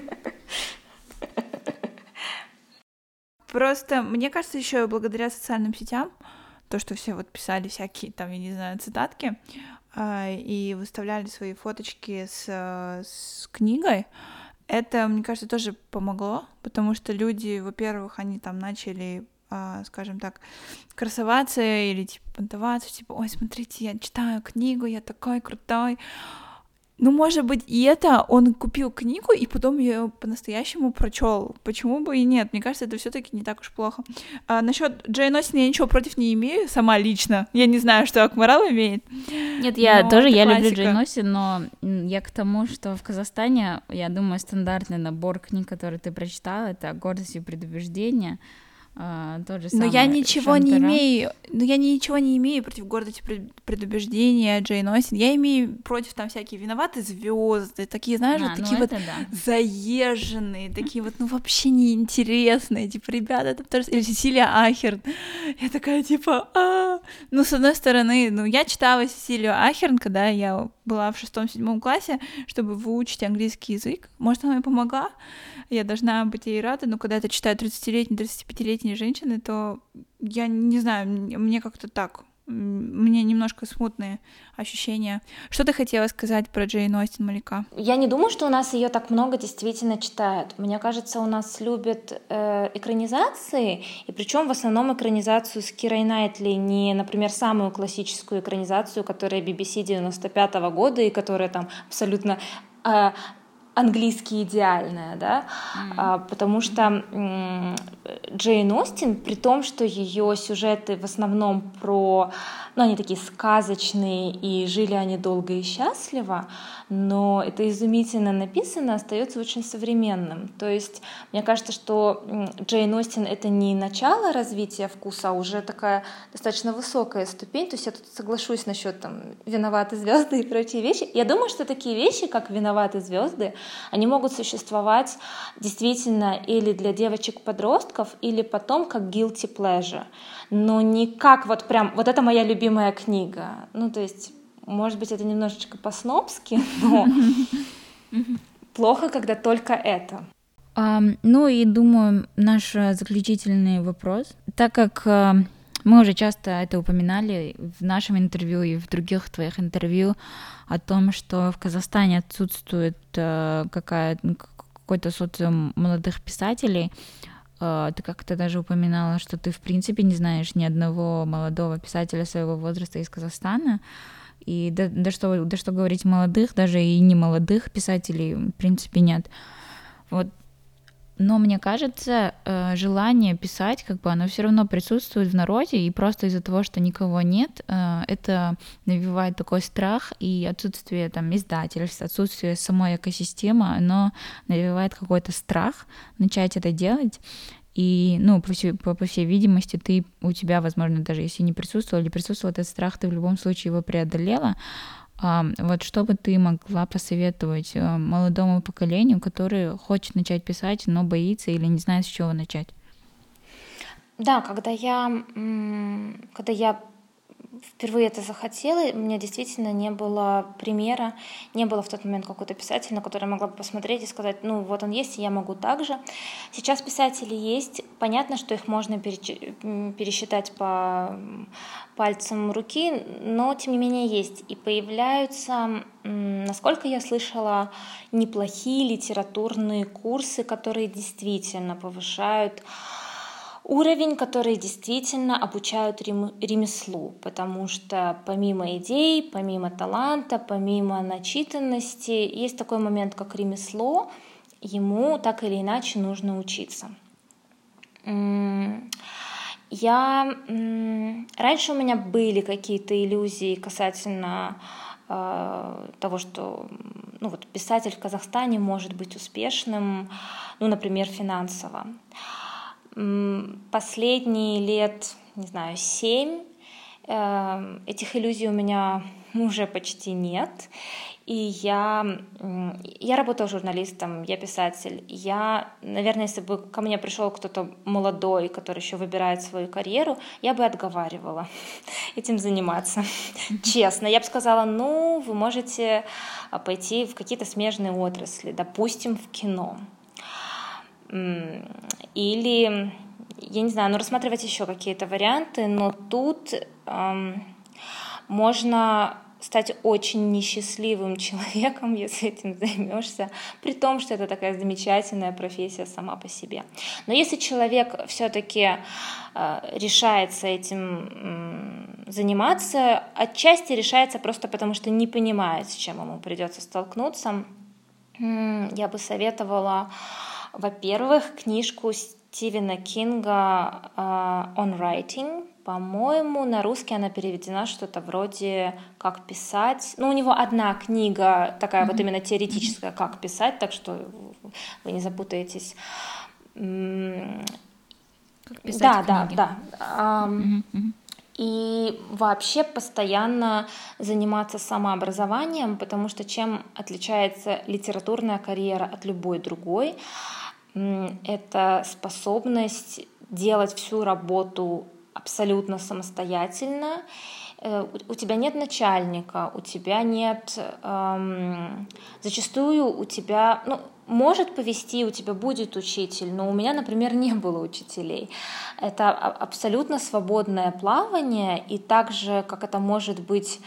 Просто, мне кажется, еще благодаря социальным сетям, то, что все вот писали всякие там, я не знаю, цитатки, и выставляли свои фоточки с книгой, это, мне кажется, тоже помогло, потому что люди, во-первых, они там начали, скажем так, красоваться или типа понтоваться, типа, ой, смотрите, я читаю книгу, я такой крутой. Ну, может быть, и это он купил книгу и потом ее по-настоящему прочел. Почему бы и нет? Мне кажется, это все-таки не так уж плохо. Насчет Джейн Остин я ничего против не имею, сама лично. Я не знаю, что Акмарал имеет. Нет, я люблю Джейн Остин, но я к тому, что в Казахстане, я думаю, стандартный набор книг, которые ты прочитала, это «Гордость и предубеждение». Тот же самый но я ничего Шантара. не имею против гордости предубеждения Джейн Остин. Я имею против там всякие виноватые звезды, такие, знаешь, вот такие вот заезженные, такие вот, ну вообще неинтересные, типа, ребята, там тоже... Или Сесилия Ахерн. Я такая, типа, Ну, с одной стороны, я читала Сесилию Ахерн, когда я была в 6-7 классе, чтобы выучить английский язык. Может, она мне помогла? Я должна быть ей рада, но когда это читают 30-летние, 35-летние женщины, то я не знаю, мне как-то так, мне немножко смутные ощущения. Что ты хотела сказать про Джейн Остин, Малика? Я не думаю, что у нас ее так много действительно читают. Мне кажется, у нас любят экранизации, и причем в основном экранизацию с Кирой Найтли, не, например, самую классическую экранизацию, которая BBC 95-го года и которая там абсолютно английски идеальная, да, потому что Джейн Остин, при том, что ее сюжеты в основном про, они такие сказочные, и жили они долго и счастливо, но это изумительно написано, остается очень современным. То есть мне кажется, что Джейн Остин — это не начало развития вкуса, а уже такая достаточно высокая ступень. То есть я тут соглашусь насчет там «Виноваты звезды» и прочие вещи. Я думаю, что такие вещи, как «Виноваты звезды», они могут существовать действительно или для девочек-подростков, или потом как guilty pleasure, но не как вот прям «вот это моя любимая книга». Ну, то есть, может быть, это немножечко по-снобски, но плохо, когда только это. Ну и, думаю, наш заключительный вопрос. Так как мы уже часто это упоминали в нашем интервью и в других твоих интервью о том, что в Казахстане отсутствует какой-то социум молодых писателей. Ты как-то даже упоминала, что ты в принципе не знаешь ни одного молодого писателя своего возраста из Казахстана. И да что говорить молодых, даже и не молодых писателей в принципе нет. Вот. Но мне кажется, желание писать, оно все равно присутствует в народе, и просто из-за того, что никого нет, это навевает такой страх, и отсутствие там издательств, отсутствие самой экосистемы, оно навевает какой-то страх начать это делать. И, по всей видимости, у тебя, возможно, даже если не присутствовал или присутствовал этот страх, ты в любом случае его преодолела. Вот что бы ты могла посоветовать молодому поколению, который хочет начать писать, но боится или не знает, с чего начать? Да, когда я впервые это захотела, у меня действительно не было примера, не было в тот момент какой-то писателя, на который я могла бы посмотреть и сказать, вот он есть, и я могу так же. Сейчас писатели есть, понятно, что их можно пересчитать по пальцам руки, но тем не менее есть. И появляются, насколько я слышала, неплохие литературные курсы, которые действительно повышают уровень, который действительно обучают ремеслу, потому что помимо идей, помимо таланта, помимо начитанности, есть такой момент, как ремесло, ему так или иначе нужно учиться. Раньше у меня были какие-то иллюзии касательно того, что писатель в Казахстане может быть успешным, например, финансово. Последние лет, 7, этих иллюзий у меня уже почти нет. И я работаю журналистом, я писатель. Наверное, если бы ко мне пришел кто-то молодой, который еще выбирает свою карьеру, я бы отговаривала этим заниматься. Честно, я бы сказала, вы можете пойти в какие-то смежные отрасли, допустим, в кино. Или, я не знаю, рассматривать еще какие-то варианты, но тут можно стать очень несчастливым человеком, если этим займешься, при том, что это такая замечательная профессия сама по себе. Но если человек все-таки решается этим заниматься, отчасти решается просто потому, что не понимает, с чем ему придется столкнуться, я бы советовала, во-первых, книжку Стивена Кинга «On Writing». По-моему, на русский она переведена что-то вроде «Как писать». У него одна книга такая вот именно теоретическая «Как писать», так что вы не запутаетесь. Как писать книги. Да. И вообще постоянно заниматься самообразованием, потому что чем отличается литературная карьера от любой другой, это способность делать всю работу абсолютно самостоятельно. У тебя нет начальника, у тебя нет... Зачастую у тебя... может повести, у тебя будет учитель, но у меня, например, не было учителей. Это абсолютно свободное плавание, и так же, как это может быть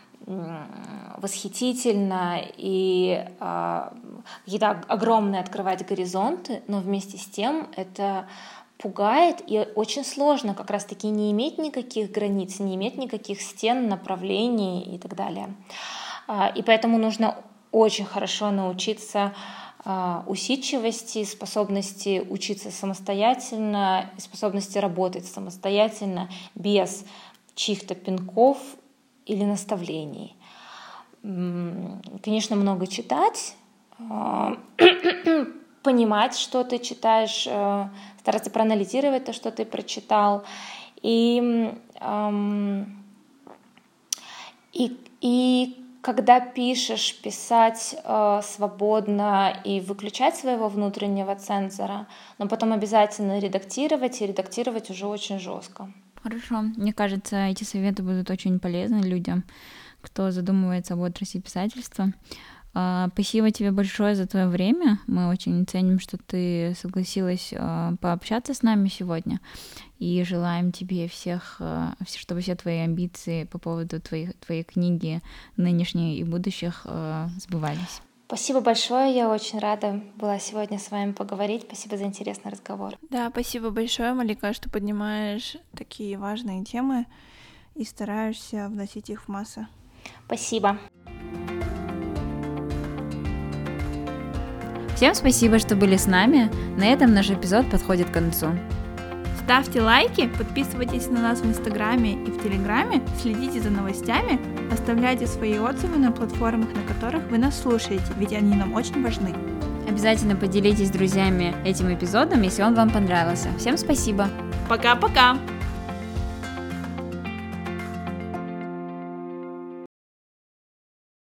восхитительно и какие-то огромные открывать горизонты, но вместе с тем это пугает, и очень сложно как раз-таки не иметь никаких границ, не иметь никаких стен, направлений и так далее. И поэтому нужно очень хорошо научиться усидчивости, способности учиться самостоятельно, способности работать самостоятельно без чьих-то пинков или наставлений. Конечно, много читать, понимать, что ты читаешь, стараться проанализировать то, что ты прочитал, и когда пишешь, писать свободно и выключать своего внутреннего цензора, но потом обязательно редактировать, и редактировать уже очень жестко. Хорошо. Мне кажется, эти советы будут очень полезны людям, кто задумывается об отрасли писательства. Спасибо тебе большое за твое время. Мы очень ценим, что ты согласилась пообщаться с нами сегодня. И желаем тебе чтобы все твои амбиции по поводу твоей книги нынешней и будущих сбывались. Спасибо большое, я очень рада была сегодня с вами поговорить. Спасибо за интересный разговор. Да, спасибо большое, Малика, что поднимаешь такие важные темы и стараешься вносить их в массы. Спасибо. Всем спасибо, что были с нами. На этом наш эпизод подходит к концу. Ставьте лайки, подписывайтесь на нас в Инстаграме и в Телеграме, следите за новостями, оставляйте свои отзывы на платформах, на которых вы нас слушаете, ведь они нам очень важны. Обязательно поделитесь с друзьями этим эпизодом, если он вам понравился. Всем спасибо. Пока-пока!